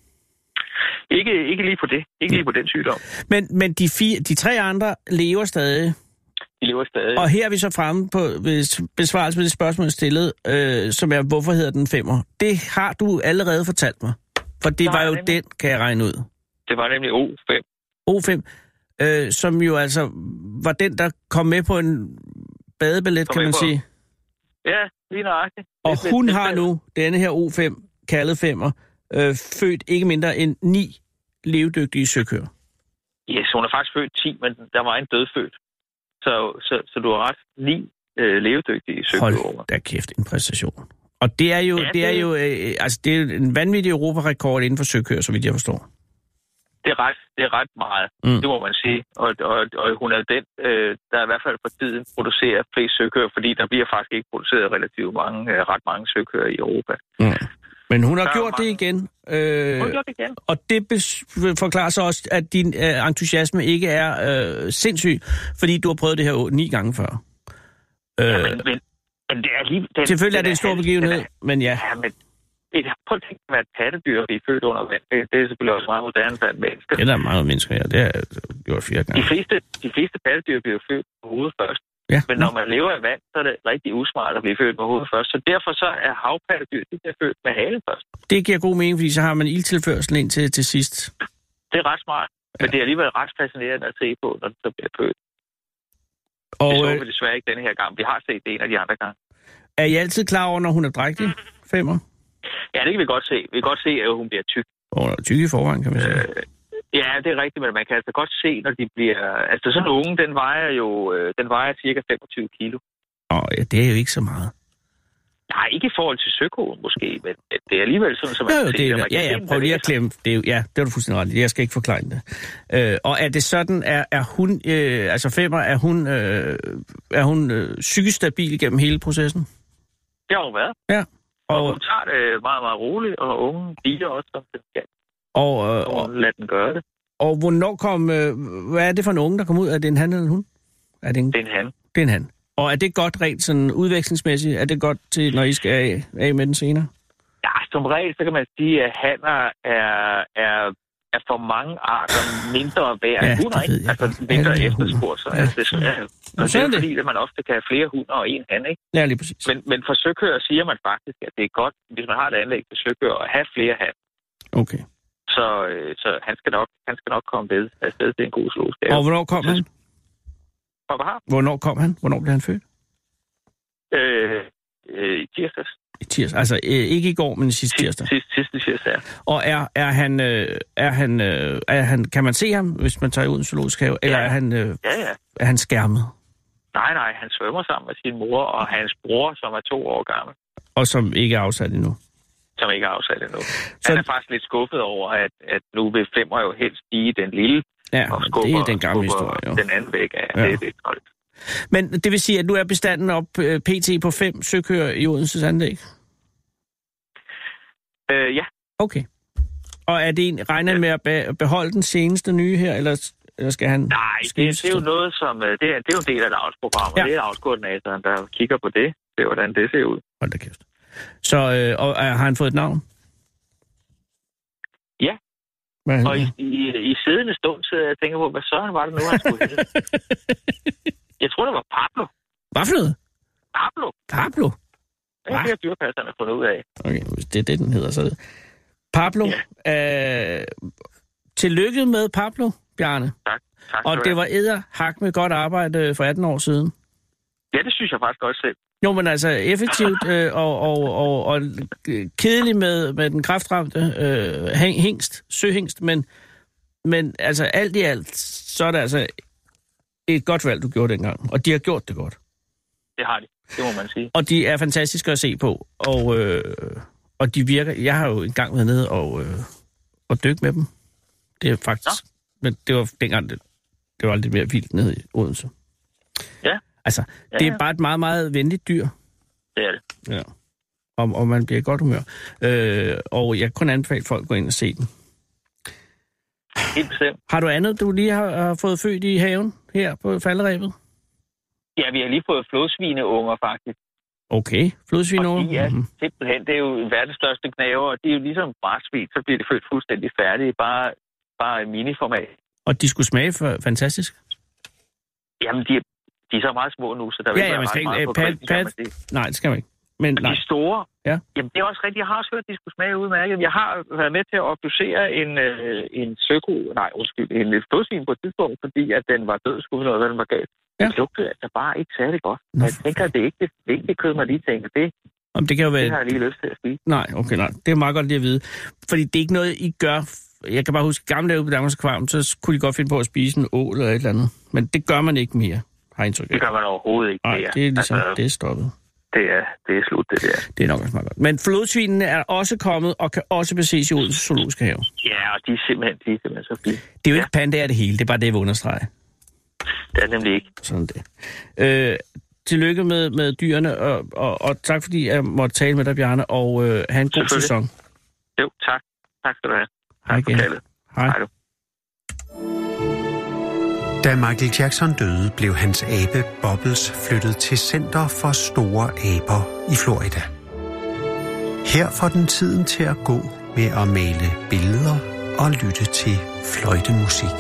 Ikke lige på det. Ikke lige på den sygdom. Men de 3 andre lever stadig. De lever stadig. Og her er vi så fremme på besvarelse på det spørgsmål, stillet, som er, hvorfor hedder den 5'er? Det har du allerede fortalt mig. For det var jo nemlig, den, kan jeg regne ud. Det var nemlig O5. O5, som jo altså var den, der kom med på en badebillet, kan man sige. Ja, lige nøjagtigt. Og hun har nu, denne her O5, kaldet 5'er, født ikke mindre end 9 levedygtige søkøer. Yes, hun er faktisk født 10, men der var en dødfødt. Så du har ret, 9 levedygtige søkøer. Hold da kæft, en præstation. Og det er jo, det er en vanvittig europarekord inden for søkøer, så vidt jeg forstår. Det er ret meget, det må man sige. Og hun er den, der i hvert fald for tiden producerer flest søkøer, fordi der bliver faktisk ikke produceret relativt ret mange søkøer i Europa. Men hun har gjort det igen. Hun har gjort det igen. Og det forklarer så også, at din entusiasme ikke er sindssyg, fordi du har prøvet det her 9 gange før. Men det er lige... Selvfølgelig er det en stor begivenhed, men ja. Prøv at tænke på, at pattedyr bliver født under vand. Det er selvfølgelig også meget moderne blandt mennesker. Det er der mange mennesker, ja. Det har jeg gjort 4 gange. De fleste pattedyr bliver født på hovedet først. Ja. Men når man lever i vand, så er det rigtig usmart at blive født på hovedet først. Så derfor så er havpattedyr, de bliver født med halen først. Det giver god mening, fordi så har man ildtilførsel ind til sidst. Det er ret smart. Men det er alligevel ret fascinerende at se på, når det så bliver født. Og, det så vi desværre ikke denne her gang. Vi har set det en af de andre gange. Er I altid klar over, når hun er drægtig? 5'er? Ja, det kan vi godt se. Vi kan godt se, at hun bliver tyk. Hun er tyk i forvejen, kan man sige. Ja, det er rigtigt, men man kan altså godt se, når de bliver... Altså sådan en unge, den vejer cirka 25 kilo. Ja, det er jo ikke så meget. Nej, ikke i forhold til søkoen måske, men det er alligevel sådan, som man kan se. Prøv lige at klemme. Det er du fuldstændig ret i. Jeg skal ikke forklare det. Og er det sådan, er hun... altså 5'er, er hun psykisk stabil gennem hele processen? Det har hun været. Ja. Og hun tager det meget, meget roligt, og unge bier også, som den skal. Og lad den gøre det. Og hvornår kom... hvad er det for en unge, der kom ud? Er det en han eller en hun? Det er en han. Det er en han. Og er det godt rent sådan udvekslingsmæssigt? Er det godt til, når I skal af med den senere? Ja, som regel, så kan man sige, at hanner er for mange arter mindre værd end hunder, ikke? Altså mindre efterspurgt. Så det er fordi, at man ofte kan have flere hunder og en han, ikke? Ja, lige præcis. Men for søkøer siger man faktisk, at det er godt, hvis man har et anlæg til søkøer, at have flere han. Okay. Så han skal nok komme ved afsted til en god zoologisk. Og hvornår kom han? Hvornår kom han? Hvornår blev han født? I tirsdags. I tirsdag. Altså ikke i går, men sidste tirsdag. Sidste tirsdag, ja. Og er han, kan man se ham, hvis man tager ud i en zoologisk have, eller er han skærmet? Nej, han svømmer sammen med sin mor og hans bror, som er 2 år gammel. Og som ikke er afsat endnu? Som ikke er afsat endnu. Han er faktisk lidt skuffet over, at nu vil 5'er jo helst stige den lille. Ja, og skubber, det er den gamle historie, jo. Den anden væk af. Ja. Det er lidt koldt. Men det vil sige, at nu er bestanden op pt. På 5 søkøer i Odenses anlæg? Ja. Okay. Og er det en, regner med at beholde den seneste nye her, eller skal han... Nej, det er jo noget som... Det er jo en del af et avlsprogram, og det er avlskoordinatoren, der kigger på det. Det er, hvordan det ser ud. Hold da kæft. Så og har han fået et navn? Ja. Og i siddende stund sidder jeg og tænker på, hvad søren var det nu, han skulle hedde? Jeg tror, det var Pablo. Hvad for noget? Pablo? Det er det, dyrepasserne har fundet ud af. Okay, hvis det er det, den hedder, så det. Pablo. Ja. Tillykke med Pablo, Bjarne. Tak. Og det var edderhak med godt arbejde for 18 år siden. Ja, det synes jeg faktisk også selv. Jo, men altså effektivt og kedeligt med den kræftramte søhængst, men altså alt i alt, så er det altså et godt valg, du gjorde dengang. Og de har gjort det godt. Det har de, det må man sige. Og de er fantastiske at se på, og de virker... Jeg har jo engang været nede og dykke med dem. Det er faktisk... Men det var dengang, det var lidt mere vildt nede i Odense. Ja. Altså, det er bare et meget, meget venligt dyr. Det er det. Ja. Og man bliver i godt humør. Og jeg kun anbefale folk at gå ind og se den. Helt bestemt. Har du andet, du lige har fået født i haven her på falderebet? Ja, vi har lige fået flodsvineunger, faktisk. Okay, flodsvineunger. Ja, simpelthen. Det er jo verdens største knæver, og det er jo ligesom brætsvin, så bliver det født fuldstændig færdigt. Bare en miniformat. Og de skulle smage fantastisk? Jamen, de er så meget små nu, så der vil ikke være meget på grænsen. Nej, det skal man ikke. Men de store, ja. Jamen det er også rigtigt. Jeg har også hørt, at de skulle smage udmærket. Jeg har været med til at obducere en flodsvin på et tidspunkt, fordi at den var død, skulle noget, hvad den var galt. Ja. Det lugtede altså bare ikke særlig godt. Jeg tænker, at det er ikke det kød, man lige tænker. Det kan jo være... Det har jeg lige lyst til at spise. Nej. Det er meget godt lige at vide. Fordi det er ikke noget, I gør... Jeg kan bare huske, gamle dage ude på Danmarks Akvarium, så kunne de godt finde på at spise en ål eller et eller andet. Men det gør man ikke mere, har indtryk af. Det gør man overhovedet ikke mere. Nej, det er ligesom, det er stoppet. Det er slut, det der. Det er nok også meget godt. Men flodsvinene er også kommet og kan også beses i Odense Zoologiske Have. Ja, og de er simpelthen så fine. Det er jo ikke pandaer det hele, det er bare det, jeg vil understrege. Det er nemlig ikke. Sådan det. Tillykke med dyrene, og tak fordi jeg måtte tale med dig, Bjarne, og have en god sæson. Jo, tak. Tak skal du have. Hej igen. Hej. Da Michael Jackson døde, blev hans abe Bubbles flyttet til Center for Store Aber i Florida. Her får den tiden til at gå med at male billeder og lytte til fløjtemusik.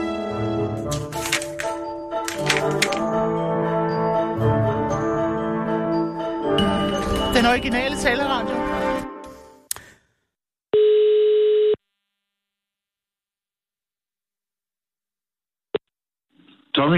Den originale taleradio. Tommy.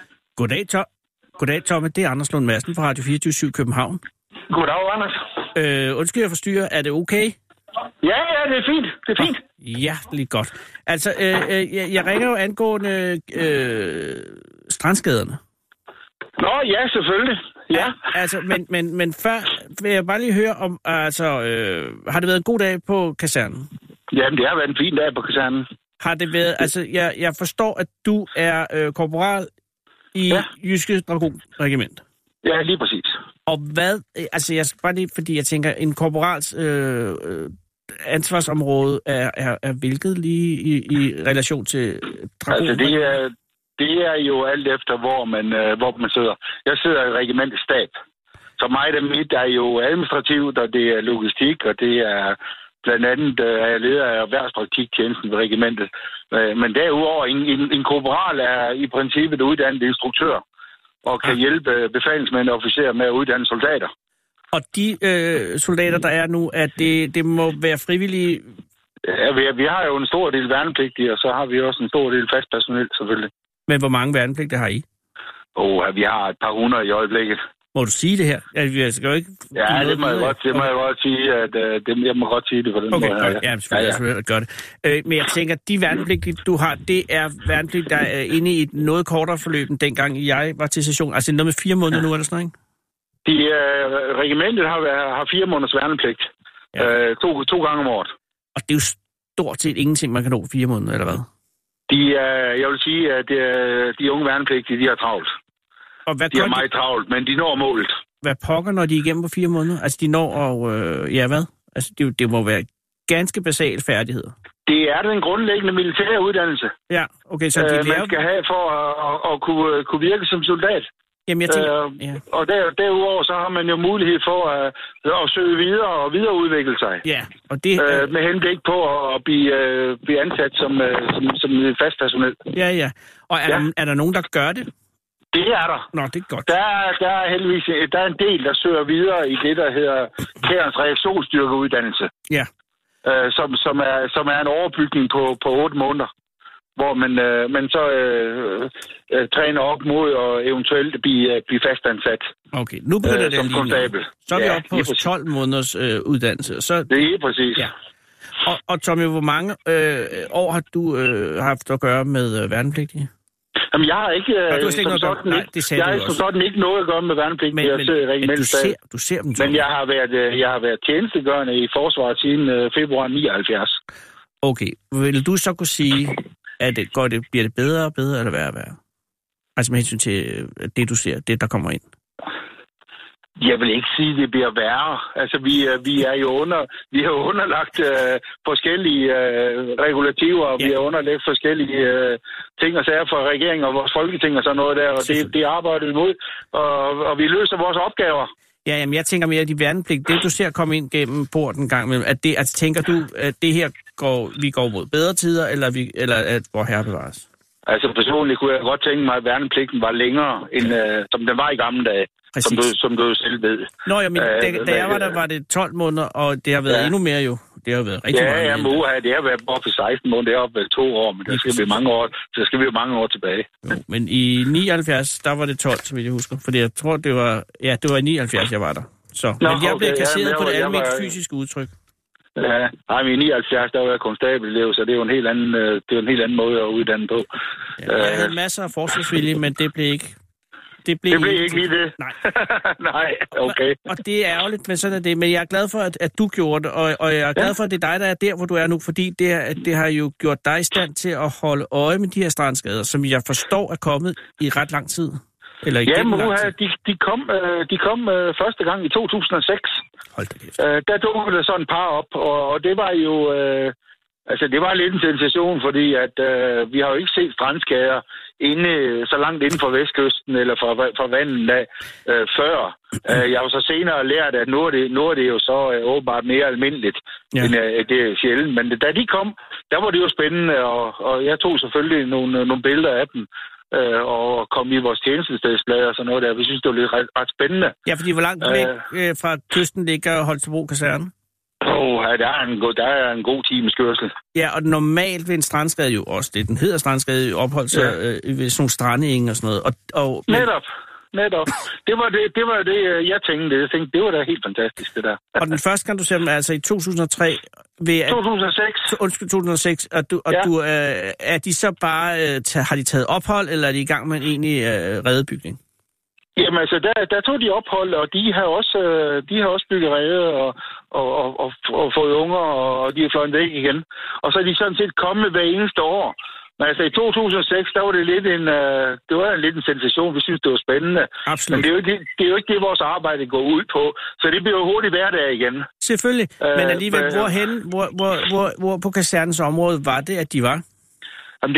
Goddag, Tommy. Det er Anders Lund Madsen fra Radio 24/7 København. Goddag, Anders. Undskyld, jeg forstyrrer. Er det okay? Ja, det er fint. Det er fint. Ja, lige godt. Altså, jeg ringer jo angående strandskaderne. Nå, ja, selvfølgelig. Ja. Altså, men før vil jeg bare lige høre om, altså, har det været en god dag på kasernen? Jamen, det har været en fin dag på kasernen. Har det været, altså, jeg forstår, at du er korporal i Jyske Dragonregiment. Ja, lige præcis. Og hvad, altså, jeg skal bare lige, fordi jeg tænker, en korporals ansvarsområde er hvilket lige i relation til dragoner? Altså, det er jo alt efter, hvor man sidder. Jeg sidder i regimentets stab. Så mig og mit er jo administrativt, og det er logistik, og det er blandt andet, er jeg leder af erhvervspraktiktjenesten ved regimentet. Men derudover, en korporal er i princippet uddannet instruktør, og kan hjælpe befalingsmænd og officerer med at uddanne soldater. Og de soldater, der er nu, at det må være frivillige? Ja, vi har jo en stor del værnepligtige, og så har vi også en stor del fast personel, selvfølgelig. Men hvor mange værnepligtige har I? Vi har et par hundrede i øjeblikket. Må du sige det her? Jeg skal jo ikke... Ja, det må jeg godt sige, at jeg må godt sige det på den måde. Okay, ja, selvfølgelig gør det. Men jeg tænker, de værnepligtige, du har, det er værnepligtige, der er inde i et noget kortere forløb, end dengang jeg var til session. Altså noget med 4 måneder nu, eller sådan noget, ikke? Regimentet har 4 måneders værnepligt. Ja. 2 gange om året. Og det er jo stort set ingenting, man kan nå 4 måneder, eller hvad? Jeg vil sige, at de unge værnepligtige, de har travlt. Og hvad de har meget travlt, men de når målet. Hvad pokker, når de er igennem på 4 måneder? Altså, de når hvad? Altså, det må være ganske basale færdigheder. Det er den grundlæggende militære uddannelse. Ja, okay, så de man skal have for at kunne virke som soldat. Jamen, jeg tænker... Og derudover så har man jo mulighed for at søge videre og videreudvikle sig. Ja, og det... med henblik på at blive ansat som fast personel. Ja. Og er der nogen, der gør det? Det er der. Nå, det er godt. Der er heldigvis en del, der søger videre i det, der hedder Hærens reaktionsstyrkeuddannelse. Ja. Som er en overbygning på 8 måneder, hvor man så træner op mod at eventuelt blive fastansat. Okay, nu begynder det som konstabel. Så er vi oppe på 12 måneders uddannelse. Så... Det er præcis. Ja. Og Tommy, hvor mange år har du haft at gøre med værnepligtige? Jamen, jeg har ikke sådan ikke noget at gøre med værnepligt. Men du ser dem, men jeg har været tjenestegørende i forsvaret siden februar 79. Okay, vil du så kunne sige, at bliver det bedre og bedre, eller værre og værre? Altså med hensyn til det, du ser, det der kommer ind. Jeg vil ikke sige, at det bliver værre. Altså, vi er jo underlagt forskellige regulativer, og vi er underlagt forskellige ting og sager fra regeringen og vores folketing og sådan noget der, og det arbejder vi mod, og vi løser vores opgaver. Ja, jamen, jeg tænker mere, at de værnepligt, det du ser komme ind gennem porten en gang imellem, tænker du, at det her vi går mod bedre tider, eller at vor herre bevares? Altså, personligt kunne jeg godt tænke mig, at værnepligten var længere, end som den var i gamle dage. Som du selv ved. Nå, ja, men da jeg var der, var det 12 måneder, og det har været endnu mere jo. Det har været rigtig mange. Ja, det har været oppe i 16 måneder, det har oppe 2 år, men der skal vi mange år tilbage. Jo, men i 79, der var det 12, som jeg husker, fordi jeg tror, det var i 79, jeg var der. Så. Men jeg blev kasseret på det almindelige fysiske udtryk. Ja, i 79, der var jeg konstabelelev, så det er jo en helt anden måde at uddanne på. Ja, jeg havde masser af forsvarsvilje, men det blev ikke... Det blev ikke lige det. Nej. Nej, okay. Og det er ærgerligt, men sådan er det. Men jeg er glad for, at du gjorde det, og jeg er glad for, at det er dig, der er der, hvor du er nu, fordi det har jo gjort dig i stand til at holde øje med de her strandskader, som jeg forstår er kommet i ret lang tid. Eller de kom første gang i 2006. Hold da kæft. Der dukkede der sådan et par op, og det var jo... det var lidt en sensation, fordi at vi har jo ikke set strandskader så langt inden for vestkysten eller fra vandet af før. Jeg har så senere lært, at nu er det jo så åbenbart mere almindeligt, end det er sjældent. Men da de kom, der var det jo spændende, og jeg tog selvfølgelig nogle billeder af dem. Og kom i vores tjenestestedsblad og sådan noget der. Vi synes, det var lidt ret spændende. Ja, fordi hvor langt væk fra kysten ligger Holstebro Kaserne? Der er en god times kørsel. Ja, og normalt vil en strandskade jo også, den hedder strandskade, opholdt sig ved sådan nogle strandenge og sådan noget. Netop. Det var det, jeg tænkte. Jeg tænkte, det var da helt fantastisk, det der. Og den første gang, du ser dem, altså i 2003... 2006. Undskyld, 2006. Og er de så bare... har de taget ophold, eller er de i gang med en egentlig redebygning? Jamen altså, der tog de ophold, og de har også bygget rede og fået unger, og de er fløjet væk igen. Og så er de sådan set kommet hver eneste år. Men altså i 2006, der var det lidt en sensation. Vi synes, det var spændende. Absolut. Men det er jo ikke det, vores arbejde går ud på. Så det bliver jo hurtigt hverdag igen. Selvfølgelig. Men alligevel, hvor på kasernens område var det, at de var? Jamen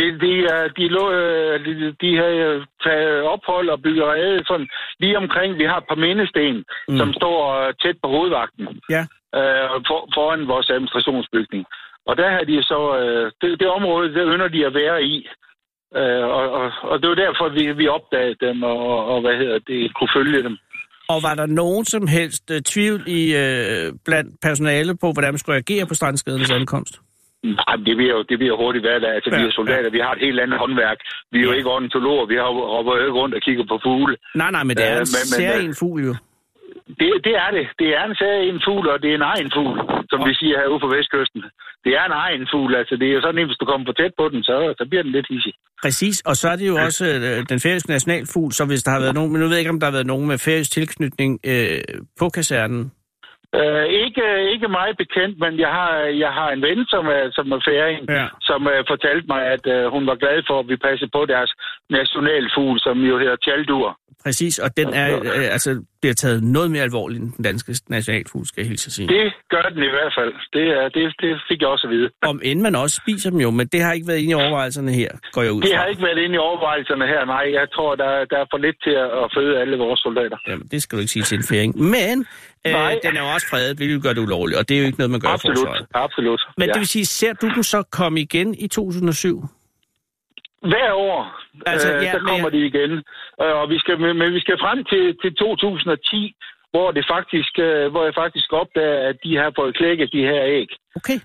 de havde taget ophold og bygget rede sådan lige omkring. Vi har et par mindesten, som står tæt på hovedvagten. Ja. Foran vores administrationsbygning. Og der har de så... Det område, der ynder de at være i. Og det var derfor, vi opdagede dem og kunne følge dem. Og var der nogen som helst tvivl blandt personalet på, hvordan man skulle agere på strandskadernes ankomst? Nej, det bliver hurtigt hverdag. Altså, vi er soldater, vi har et helt andet håndværk. Vi er jo ikke ornitologer, vi har hopper ikke rundt og kigger på fugle. Nej, men det er en særlig fugl jo. Det er det. Det er en særlig fugl, og det er en egen fugl, som vi siger herude på vestkysten. Det er en egen fugl, altså det er jo sådan, at hvis du kommer for tæt på den, så bliver den lidt hissig. Præcis, og så er det jo også den færøske nationalfugl, så hvis der har været nogen, men nu ved jeg ikke, om der har været nogen med færøsk tilknytning på kasernen. Ikke meget bekendt, men jeg har en ven, som er færing, som fortalte mig, at hun var glad for, at vi passede på deres nationalfugl, som jo hedder tjaldur. Præcis, og den er bliver taget noget mere alvorligt end den danske nationalfugl, skal jeg hilse at sige. Det gør den i hvert fald. Det fik jeg også at vide. Om end man også spiser dem jo, men det har ikke været inde i overvejelserne her, går jeg ud fra. Det har ikke været inde i overvejelserne her, nej. Jeg tror, der er for lidt til at føde alle vores soldater. Jamen, det skal du ikke sige til en færing. Men den er jo også fredet, hvilket gør det ulovligt, og det er jo ikke noget, man gør i forsvaret. Absolut. Men det vil sige, ser du den så komme igen i 2007? Hver år, der kommer de igen. Og vi skal frem til 2010, hvor jeg faktisk opdager, at de har fået klækket de her æg. Okay.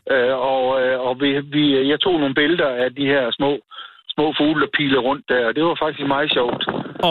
Jeg tog nogle billeder af de her små fugle, der piler rundt der, og det var faktisk meget sjovt.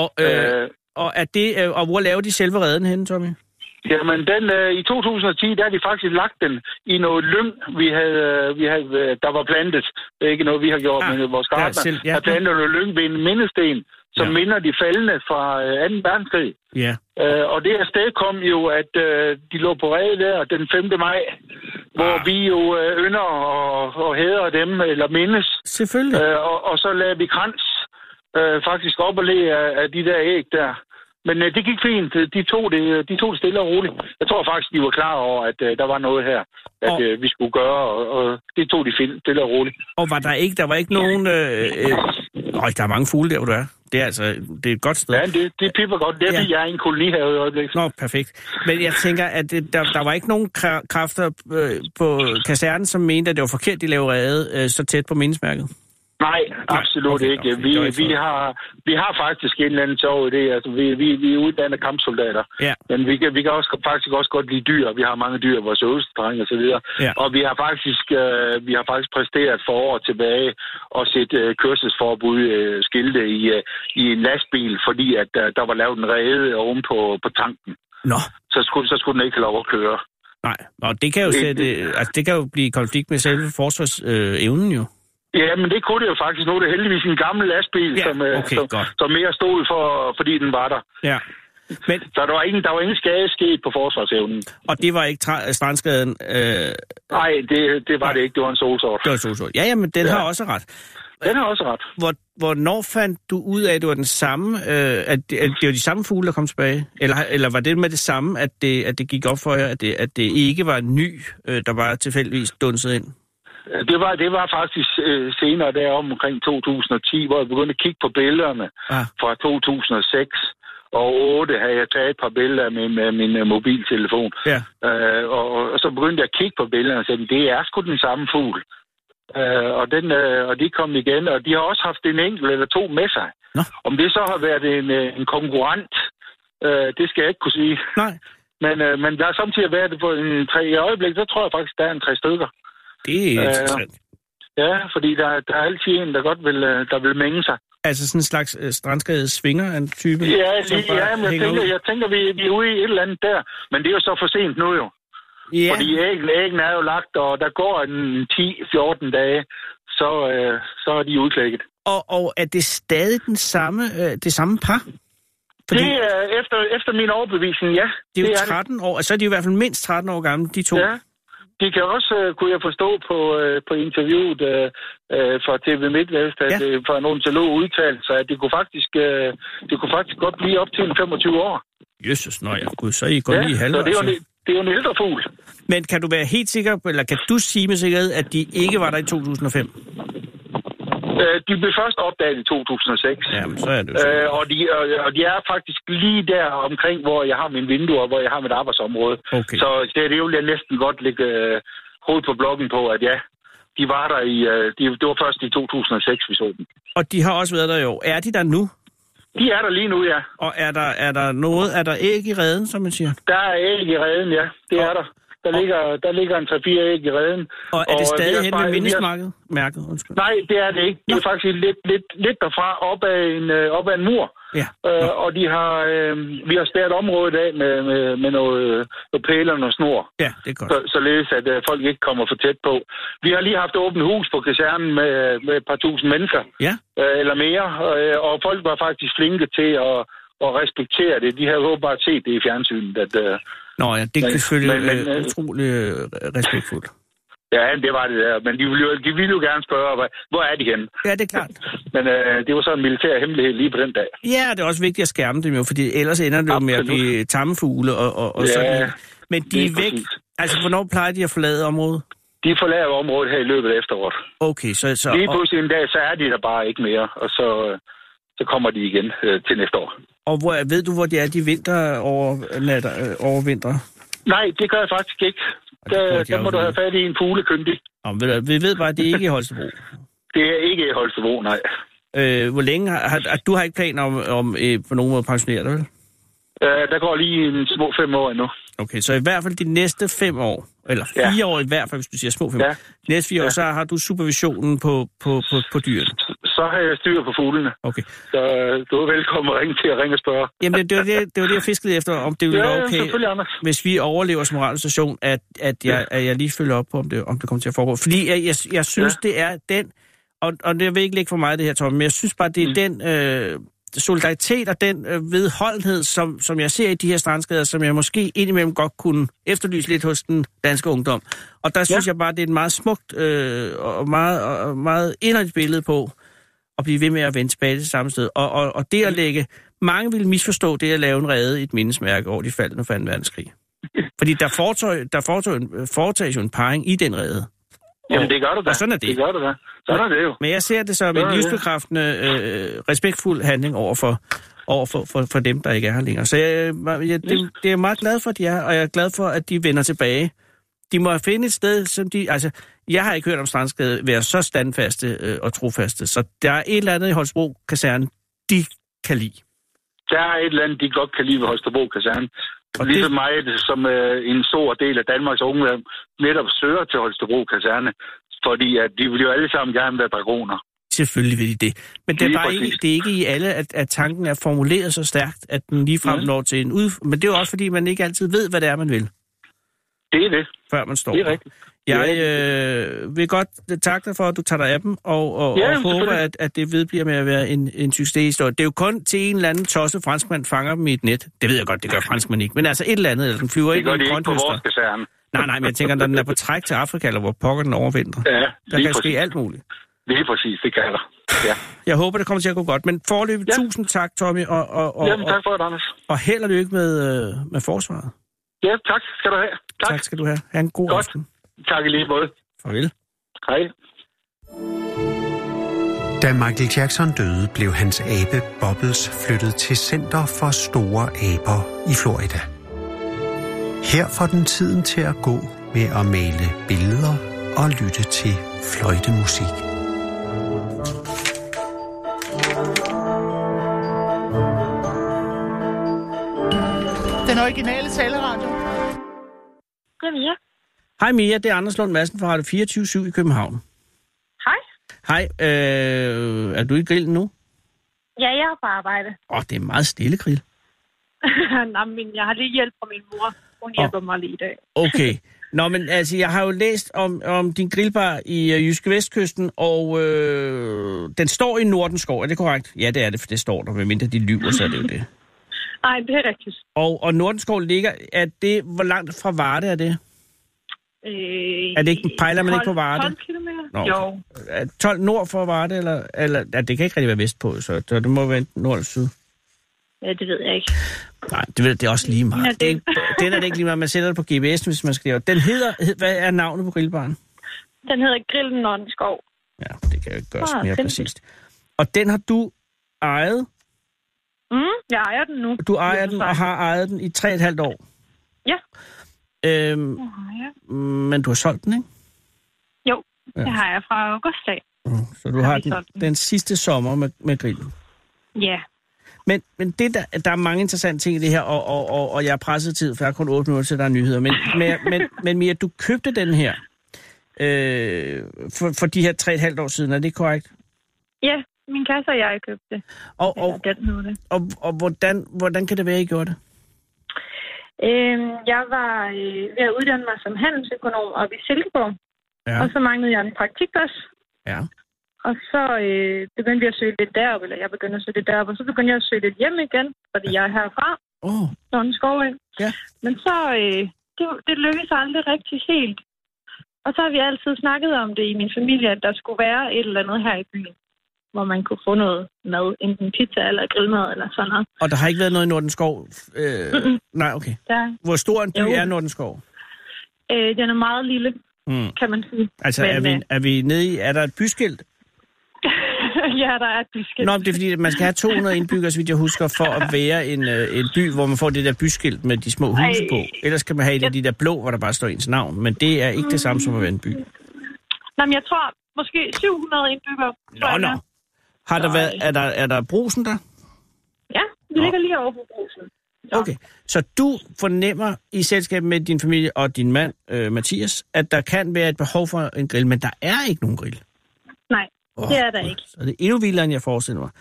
Og hvor laver de selve reden henne, Tommy? Jamen, i 2010, der har de faktisk lagt den i noget lyng, der var plantet. Det er ikke noget, vi har gjort, men vores gartner har plantet noget lyng ved en mindesten, som minder de faldne fra 2. verdenskrig. Ja. Og det her sted kom jo, at de lå på rede der den 5. maj, hvor vi jo ynder og hædrer dem, eller mindes. Selvfølgelig. Og så lavede vi krans faktisk op og le af de der æg der. Men det gik fint. De tog det stille og roligt. Jeg tror faktisk, de var klar over, at der var noget her, at vi skulle gøre, og det tog de stille og roligt. Og der var ikke nogen... der er mange fugle der, hvor du er. Det er et godt sted. Ja, det pipper godt. Det er jeg er i en kolonihave i øjeblikket. Nå, perfekt. Men jeg tænker, at der var ikke nogen kræfter på kasernen, som mente, at det var forkert, de lavede rede så tæt på mindesmærket. Nej, absolut ikke. Vi har faktisk en eller anden sjov idé. Altså, vi er uddannede kampsoldater. Ja. Men vi kan faktisk også godt lide dyr. Vi har mange dyr, vores øvelsesdrenge og så videre. Ja. Og vi har faktisk præsteret for år tilbage og set kørselsforbud skilte i en lastbil, fordi at der var lavet en rede oven på tanken. Nå. Så skulle den ikke have lov at køre. Nej, og det kan jo det kan jo blive konflikt med selve forsvarsevnen jo. Ja, men det kunne det jo faktisk nu. Det er heldigvis en gammel lastbil, som mere stod fordi den var der. Ja. Men, så der var ingen skade sket på forsvarsevnen. Og det var ikke strandskaden? Nej, det var det ikke. Det var en solsort. Det var en solsort. Ja, men den har også ret. Den har også ret. Hvornår fandt du ud af, at det var den samme, at det var de samme fugle, der kom tilbage? Eller var det med det samme, at det gik op for jer, at det ikke var en ny, der bare tilfældigvis dunsede ind? Det var faktisk senere derom omkring 2010, hvor jeg begyndte at kigge på billederne fra 2006. Og 8 havde jeg taget et par billeder med min mobiltelefon. Ja. Og så begyndte jeg at kigge på billederne og sagde, det er sgu den samme fugl. Og de kom igen, og de har også haft en enkelt eller to med sig. Nå. Om det så har været en konkurrent, det skal jeg ikke kunne sige. Nej. Men der har samtidig været det på en 3 øjeblik, så tror jeg faktisk, der er en 3 stykker. Det er interessant. Ja, fordi der er altid en, der vil mænge sig. Altså sådan en slags strandskade svinger af en type? Ja, men jeg tænker, vi er ude i et eller andet der, men det er jo så for sent nu jo. Ja. Fordi æggene er jo lagt, og der går en 10-14 dage, så er de udklækket. Og er det stadig det samme par? Fordi det er efter min overbevisning, ja. Det er jo 13 år, altså er de i hvert fald mindst 13 år gamle, de to. Ja. De kan også, kunne jeg forstå på interviewet fra TV MidtVest, at fra en ornitolog udtalte sig, at det kunne faktisk godt blive op til 25 år. Jesus, nå ja. Gud, så er I gået lige i halv. Så det er jo en ældre fugl. Men kan du være helt sikker, eller kan du sige med sikkerhed, at de ikke var der i 2005? De blev først opdaget i 2006. Jamen, så er det jo og de er faktisk lige der omkring, hvor jeg har mine vinduer, hvor jeg har mit arbejdsområde. Okay. Så det vil jeg næsten godt lægge hovedet på bloggen på, at ja, de var der det var først i 2006, vi så dem. Og de har også været der i år. Er de der nu? De er der lige nu, ja. Og er der æg i reden, som man siger? Der er æg i reden, ja. Det er der. Der ligger en 3-4 æg i reden. Og er det stadig hen ved mindesmærket? Nej, det er det ikke. Det er faktisk lidt derfra op ad en mur. Ja. Og vi har spærret området af med noget pæler og noget snor. Ja, det er godt. Således at folk ikke kommer for tæt på. Vi har lige haft åbent hus på kasernen med et par tusind mennesker. Ja. Eller mere. Og folk var faktisk flinke til at respektere det. De havde åbenbart set det i fjernsynet, at nå ja, det kan selvfølgelig utrolig respektfuldt. Ja, det var det der. Men de ville jo gerne spørge, hvor er de henne? Ja, det er klart. Men det var så en militær hemmelighed lige på den dag. Ja, det er også vigtigt at skærme dem jo, fordi ellers ender det jo med at blive tammefugle og sådan. Men de er væk. Altså, hvornår plejer de at forlade området? De forlader området her i løbet af efteråret. Okay, så lige pludselig en dag, så er de der bare ikke mere, og så kommer de igen til næste år. Og ved du, hvor de er, de overvintrer? Nej, det gør jeg faktisk ikke. Der må du have fat i en fuglekyndig. Vi ved bare, at det ikke er i Holstebro. Det er ikke i Holstebro, nej. Hvor længe du har ikke planer om på nogen måde at pensionere dig, vel? Der går lige en små 5 år endnu. Okay, så i hvert fald de næste 5 år, eller 4 år i hvert fald, hvis du siger små 5 år. De næste 4 år, så har du supervisionen på dyrene. Så har jeg styr på fuglene. Okay. Så du er velkommen til at ringe og spørge. Jamen, det var det, jeg fiskede efter, om det ville være okay, hvis vi overlever som radiostation, at jeg lige følger op på, om det kommer til at foregå. Fordi jeg synes, det er den, og det vil ikke ligge for mig det her, Tom, men jeg synes bare, det er den solidaritet og den vedholdenhed, som jeg ser i de her strandskader, som jeg måske indimellem godt kunne efterlyse lidt hos den danske ungdom. Og der synes jeg bare, det er et meget smukt og meget inderligt billede på at blive ved med at vende tilbage til samme sted. Og det at lægge... Mange vil misforstå det at lave en rede i et mindesmærke over de faldne fra 2. verdenskrig. Fordi der foretages jo en parring i den rede. Jamen, det gør du da. Og sådan er det. Det gør du da. Sådan er det jo. Men jeg ser det som en livsbekræftende, respektfuld handling over for dem, der ikke er her længere. Så det er jeg meget glad for, at de er, og jeg er glad for, at de vender tilbage. De må finde et sted, som de... Altså, jeg har ikke hørt om strandskade være så standfaste og trofaste, så der er et eller andet i Holstebro Kaserne, de kan lide. Der er et eller andet, de godt kan lide ved Holstebro Kaserne. Ligesom mig, som en stor del af Danmarks unge netop søger til Holstebro Kaserne, fordi at de vil jo alle sammen gerne være dragoner. Selvfølgelig vil de det. Men det er ikke i alle, at tanken er formuleret så stærkt, at den ligefrem når til en Men det er jo også, fordi man ikke altid ved, hvad det er, man vil. Det er det. Før man står. Det er rigtigt. Jeg vil godt takke dig for, at du tager dig af dem, og håber, at det vedbliver med at være en succeshistorie. Det er jo kun til en eller anden tosset franskmand fanger dem i et net. Det ved jeg godt, det gør franskmand ikke. Men altså et eller andet, eller den flyver ikke i en grønthøster. Nej, men jeg tænker, når den er på træk til Afrika, eller hvor pokker den overvintrer. Ja, der kan ske alt muligt. Lige præcis, det kan der. Ja. Jeg håber, det kommer til at gå godt. Men foreløbig, tusind tak, Tommy. Jamen, tak for det, Anders. Og held og lykke med forsvaret. Ja, tak skal du have. Tak skal du have. Ha' en god aften. Tak i lige måde. Farvel. Hej. Da Michael Jackson døde, blev hans abe Bubbles flyttet til Center for Store Aber i Florida. Her får den tiden til at gå med at male billeder og lytte til fløjtemusik. Den originale taleradio. Det er Mia. Hej Mia, det er Anders Lund Madsen fra Radio 24/7 i København. Hej. Hej, er du i grillen nu? Ja, jeg er på arbejde. Det er meget stille grill. Nej, men jeg har lige hjælp fra min mor. Hun hjælper mig lige i dag. Okay. Nå, men altså, jeg har jo læst om din grillbar i Jyske Vestkysten, og den står i Nordenskov. Er det korrekt? Ja, det er det, for det står der. Medmindre de lyver, så er det jo det. Nej, det er rigtigt. Og Nordenskov ligger... hvor langt fra Varde er det? Er det ikke, pejler man 12, ikke på Varde? 12 kilometer? Nå, jo. 12 nord for Varde, eller det kan ikke rigtig være vestpå, så det må være nord eller syd. Ja, det ved jeg ikke. Nej, det er også lige meget. Ja, den er det ikke lige meget. Man sætter det på GPS, hvis man skal gøre. Den hedder... Hvad er navnet på grillbaren? Den hedder Grillen Nordenskov. Ja, det kan jo ikke gøres mere præcist. Og den har du ejet? Jeg ejer den nu. Du ejer den og har ejet den i 3,5 år? Ja. Men du har solgt den, ikke? Jo, det har jeg fra august af. Så du har den sidste sommer med grillen? Ja. Men der er mange interessante ting i det her, og jeg er presset tid, for jeg har kun 8 minutter til, der er nyheder. Men Mia, du købte den her for de her 3,5 år siden, er det korrekt? Ja, min kæreste og jeg købte det. Og hvordan kan det være, I gjorde det? Jeg var ved at uddanne mig som handelsøkonom oppe i Silkeborg, og så manglede jeg en praktikplads. Ja. Og så begyndte vi at søge lidt derop, eller jeg begyndte at søge lidt derop, og så begyndte jeg at søge lidt hjem igen, fordi jeg er herfra, Nordenskov. Ja. Men så, det lykkedes aldrig rigtig helt. Og så har vi altid snakket om det i min familie, at der skulle være et eller andet her i byen, hvor man kunne få noget mad, enten pizza eller grillmad eller sådan noget. Og der har ikke været noget i Nordenskov? Nej, okay. Hvor stor en by er Nordenskov? Den er meget lille, kan man sige. Altså, men, er vi nede i... Er der et byskilt? Ja, der er et byskilt. Nå, det er fordi, man skal have 200 indbyggere, så vidt jeg husker, for at være en by, hvor man får det der byskilt med de små huse på. Ellers kan man have et af de der blå, hvor der bare står ens navn. Men det er ikke det samme som at være en by. Nej, men jeg tror måske 700 indbyggere. Nå. Har der været, er der Brugsen der? Ja, vi ligger lige over på Brugsen. Okay, så du fornemmer i selskab med din familie og din mand, Mathias, at der kan være et behov for en grill, men der er ikke nogen grill. Nej, det er der ikke. Så det er endnu vildere, end jeg forestiller mig.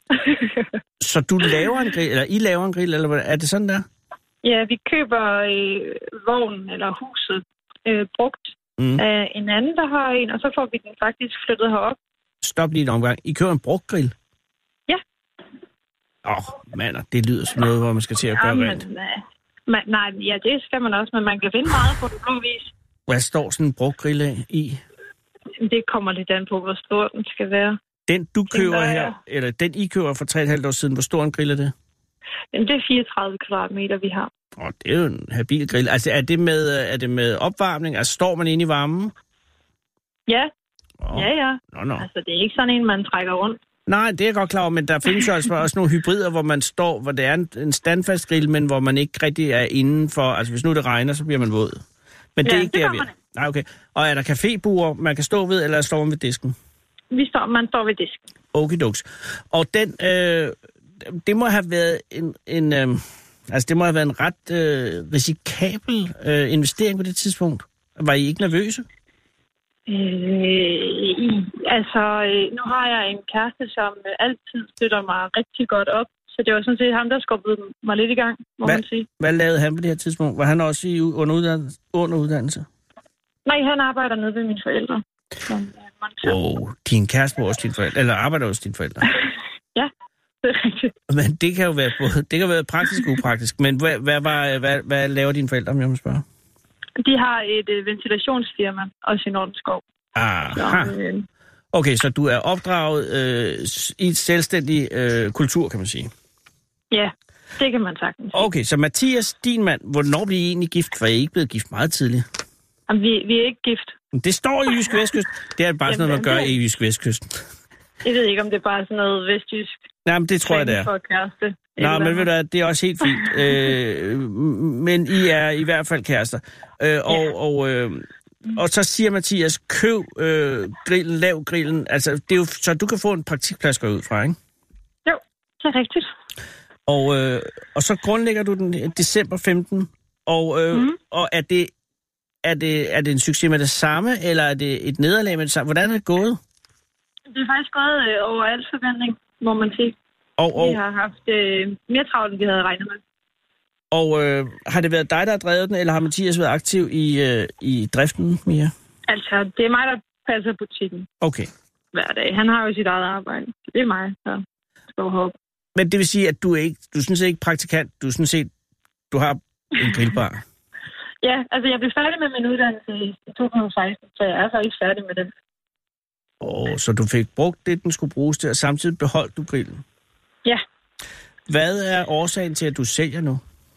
Så du laver en grill, eller I laver en grill, eller er det sådan der? Ja, vi køber vognen eller huset brugt af en anden, der har en, og så får vi den faktisk flyttet herop. Stop lige en omgang. I køber en brugt grill? Ja. Mander, det lyder som noget, hvor man skal til at gøre rent. Nej, ja, det skal man også, men man kan finde meget på den blå vis. Hvad står sådan en brugt grill af i? Det kommer lidt an på, hvor stor den skal være. Den du køber her, eller den I køber for 3,5 år siden, hvor stor en grill er det? Jamen, det er 34 kvadratmeter, vi har. Det er jo en habil grill. Altså, er det med opvarmning? Altså, står man inde i varmen? Ja. Ja. Nå. Altså, det er ikke sådan en, man trækker rundt. Nej, det er jeg godt klar over, men der findes jo også nogle hybrider, hvor man står, hvor det er en standfast grill, men hvor man ikke rigtig er indenfor. Altså, hvis nu det regner, så bliver man våd. Men det er ikke der, vi er. Nej, okay. Og er der cafébuer, man kan stå ved, eller står man ved disken? Man står ved disken. Okidoks. Og den, det må have været det må have været en ret risikabel investering på det tidspunkt. Var I ikke nervøse? Nu har jeg en kæreste, som altid støtter mig rigtig godt op. Så det var sådan set ham, der skubbede mig lidt i gang, må man sige. Hvad lavede han på det her tidspunkt? Var han også under uddannelse? Nej, han arbejder nede ved mine forældre. Din kæreste var også dine forældre? Eller arbejder også dine forældre? Ja, det er rigtigt. Men det kan jo være både, det kan være praktisk og upraktisk. Men hvad laver dine forældre, om jeg må spørge? De har et ventilationsfirma, også i Nordenskov. Aha. Okay, så du er opdraget i et selvstændig kultur, kan man sige? Ja, det kan man sagtens sige. Okay, så Mathias, din mand, hvornår blev I egentlig gift? For I er ikke blevet gift meget tidligt. Jamen, vi er ikke gift. Det står i Jysk Vestkyst. Det er bare sådan noget, man gør i Jysk Vestkyst. Jeg ved ikke, om det er bare sådan noget vestjysk. Nej, men det tror jeg, det er. For kæreste. Nej, men ved du, det er også helt fint. Men I er i hvert fald kærester. Og så siger Mathias, køb grillen, lav grillen. Altså, det er jo, så du kan få en praktikplads gå ud fra, ikke? Jo, det er rigtigt. Og så grundlægger du den december 15. Og er det en succes med det samme, eller er det et nederlag med det samme? Hvordan er det gået? Det er faktisk gået over al forventning, må man sige. Vi har haft mere travlt, end vi havde regnet med. Og har det været dig, der har drevet den, eller har Mathias været aktiv i driften, Mia? Altså, det er mig, der passer butikken. Okay. Hver dag. Han har jo sit eget arbejde. Det er mig, der står heroppe. Men det vil sige, at du er sådan set ikke praktikant. Du har en grillbar. Ja, altså jeg blev færdig med min uddannelse i 2016, så jeg er faktisk færdig med den. Så du fik brugt det, den skulle bruges til, og samtidig beholdt du grillen? Ja. Hvad er årsagen til, at du sælger nu?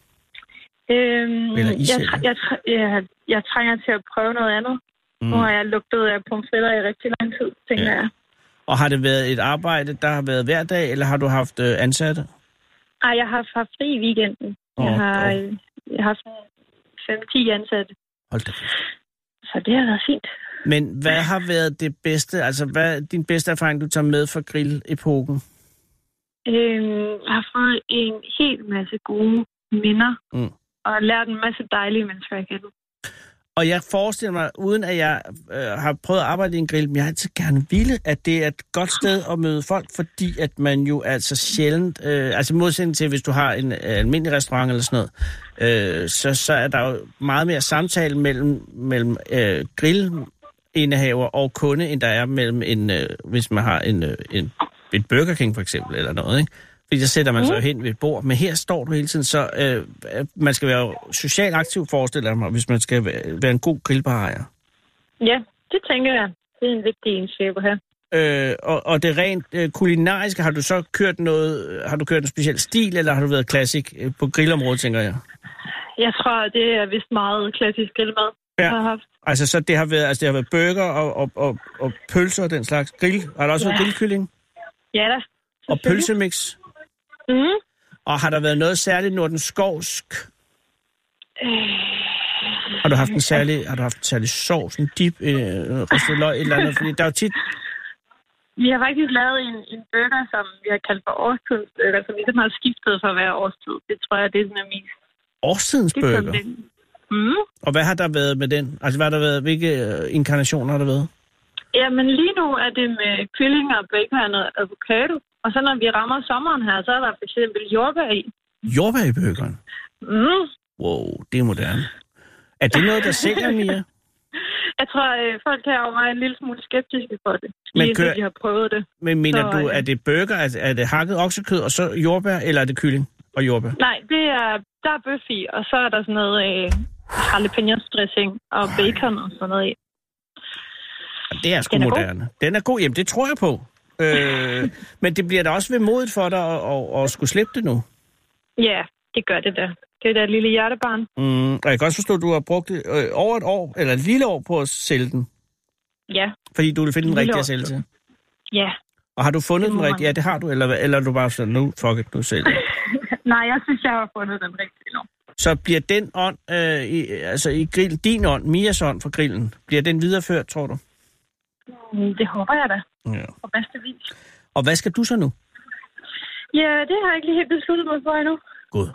Jeg trænger til at prøve noget andet. Nu har jeg lugtet af pomfritter i rigtig lang tid, tænker jeg. Og har det været et arbejde, der har været hver dag, eller har du haft ansatte? Nej, jeg har haft fri i weekenden. Jeg har haft 5-10 ansatte. Hold da. Så det har været fint. Men hvad har været det bedste, altså hvad er din bedste erfaring, du tager med fra grill-epoken? Jeg har fået en hel masse gode minder, og lært en masse dejlige mennesker at kende. Og jeg forestiller mig, uden at jeg har prøvet at arbejde i en grill, men jeg har altid gerne ville, at det er et godt sted at møde folk, fordi at man jo altså sjældent, altså i modsætning til, hvis du har en almindelig restaurant eller sådan noget, så er der jo meget mere samtale mellem grillindehaver og kunde, end der er mellem hvis man har en Burger King for eksempel, eller noget, ikke? Fordi der sætter man sig hen ved et bord. Men her står du hele tiden, så man skal være socialt aktiv, forestiller mig, hvis man skal være en god grillbarejer. Ja, det tænker jeg. Det er en vigtig egenskab at have. Og det rent kulinariske, har du så kørt en speciel stil, eller har du været klassik på grillområdet, tænker jeg? Jeg tror, det er vist meget klassisk grillmad, jeg har haft. Altså, så det har været burger og pølser og den slags grill. Har der også været grillkylling? Ja da. Og pølsemix? Og har der været noget særligt nordenskovsk? Har du haft en særlig sovs, en dip, ristet løg, et eller andet? Fordi der er jo tit... Vi har faktisk lavet en burger, som vi har kaldt for årstidsburger, som ligesom har skiftet for hver årstid. Det tror jeg, det er sådan en mest. Årstidens burger? Og hvad har der været med den? Altså, hvad har der været? Hvilke inkarnationer har der været? Jamen, lige nu er det med kylling og bacon og avocado. Og så når vi rammer sommeren her, så er der for eksempel jordbær i. Jordbær i burgeren? Wow, det er moderne. Er det noget, der sælger, Mia? Jeg tror, folk herovre er en lille smule skeptiske for det. Lige de har prøvet det. Men mener du, er det burger? Er det hakket oksekød og så jordbær, eller er det kylling og jordbær? Nej, der er bøf i, og så er der sådan noget jalapenos dressing og bacon og sådan noget i. Det er sgu moderne. Den er god. Jamen, det tror jeg på. Men det bliver da også vemodigt for dig at skulle slippe det nu. Ja, det gør det da. Det er da et lille hjertebarn. Og jeg kan også forstå, at du har brugt over et år, eller et lille år på at sælge den. Ja. Fordi du vil finde den rigtige at sælge til. Ja. Og har du fundet den rigtige? Ja, det har du. Eller er du bare sådan, nu fuck it, du sælger. Nej, jeg synes, jeg har fundet den rigtige nu. Så bliver den ånd, i grillen, din ånd, Mias ånd for grillen, bliver den videreført, tror du? Det håber jeg da. Ja. På bedste vis. Og hvad skal du så nu? Ja, det har jeg ikke lige helt besluttet mig for endnu. God.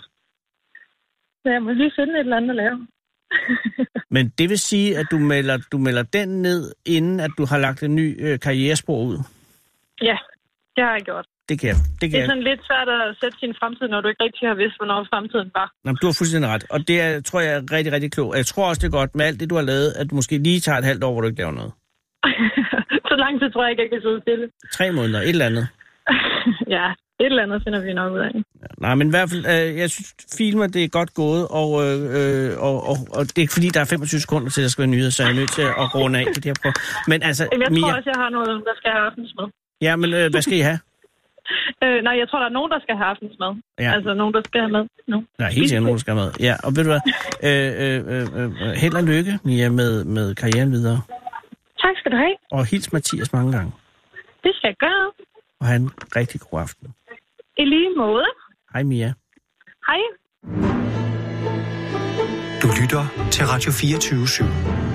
Så jeg må lige finde et eller andet at lave. Men det vil sige, at du melder den ned, inden at du har lagt en ny karrierespor ud? Ja, det har jeg gjort. Det er sådan lidt svært at sætte sin fremtid, når du ikke rigtig har vidst, hvornår fremtiden var. Nå, du har fuldstændig ret. Og det tror jeg er rigtig, rigtig klogt. Jeg tror også, det er godt med alt det, du har lavet, at du måske lige tager et halvt år, hvor du ikke laver noget. Så lang tid tror jeg ikke, jeg kan sidde stille. 3 måneder, et eller andet. Ja, et eller andet finder vi nok ud af. Ja, nej, men i hvert fald, jeg synes, filmer, det er godt gået, og det er ikke fordi, der er 25 sekunder til, at der skal være nyheder, så jeg er nødt til at runde af det her på. Men altså, jeg tror også, jeg har noget, der skal have aftensmad. Ja, men hvad skal I have? Nej, jeg tror, der er nogen, der skal have aftensmad. Ja. Altså, nogen, der skal have mad nu. Der er helt sikkert nogen, der skal have mad. Ja, og ved du hvad? Held og lykke, Mia, med karrieren videre. Tak skal du have. Og hils Mathias mange gange. Det skal jeg gøre. Og have en rigtig god aften. I lige måde. Hej Mia. Hej. Du lytter til Radio 24/7.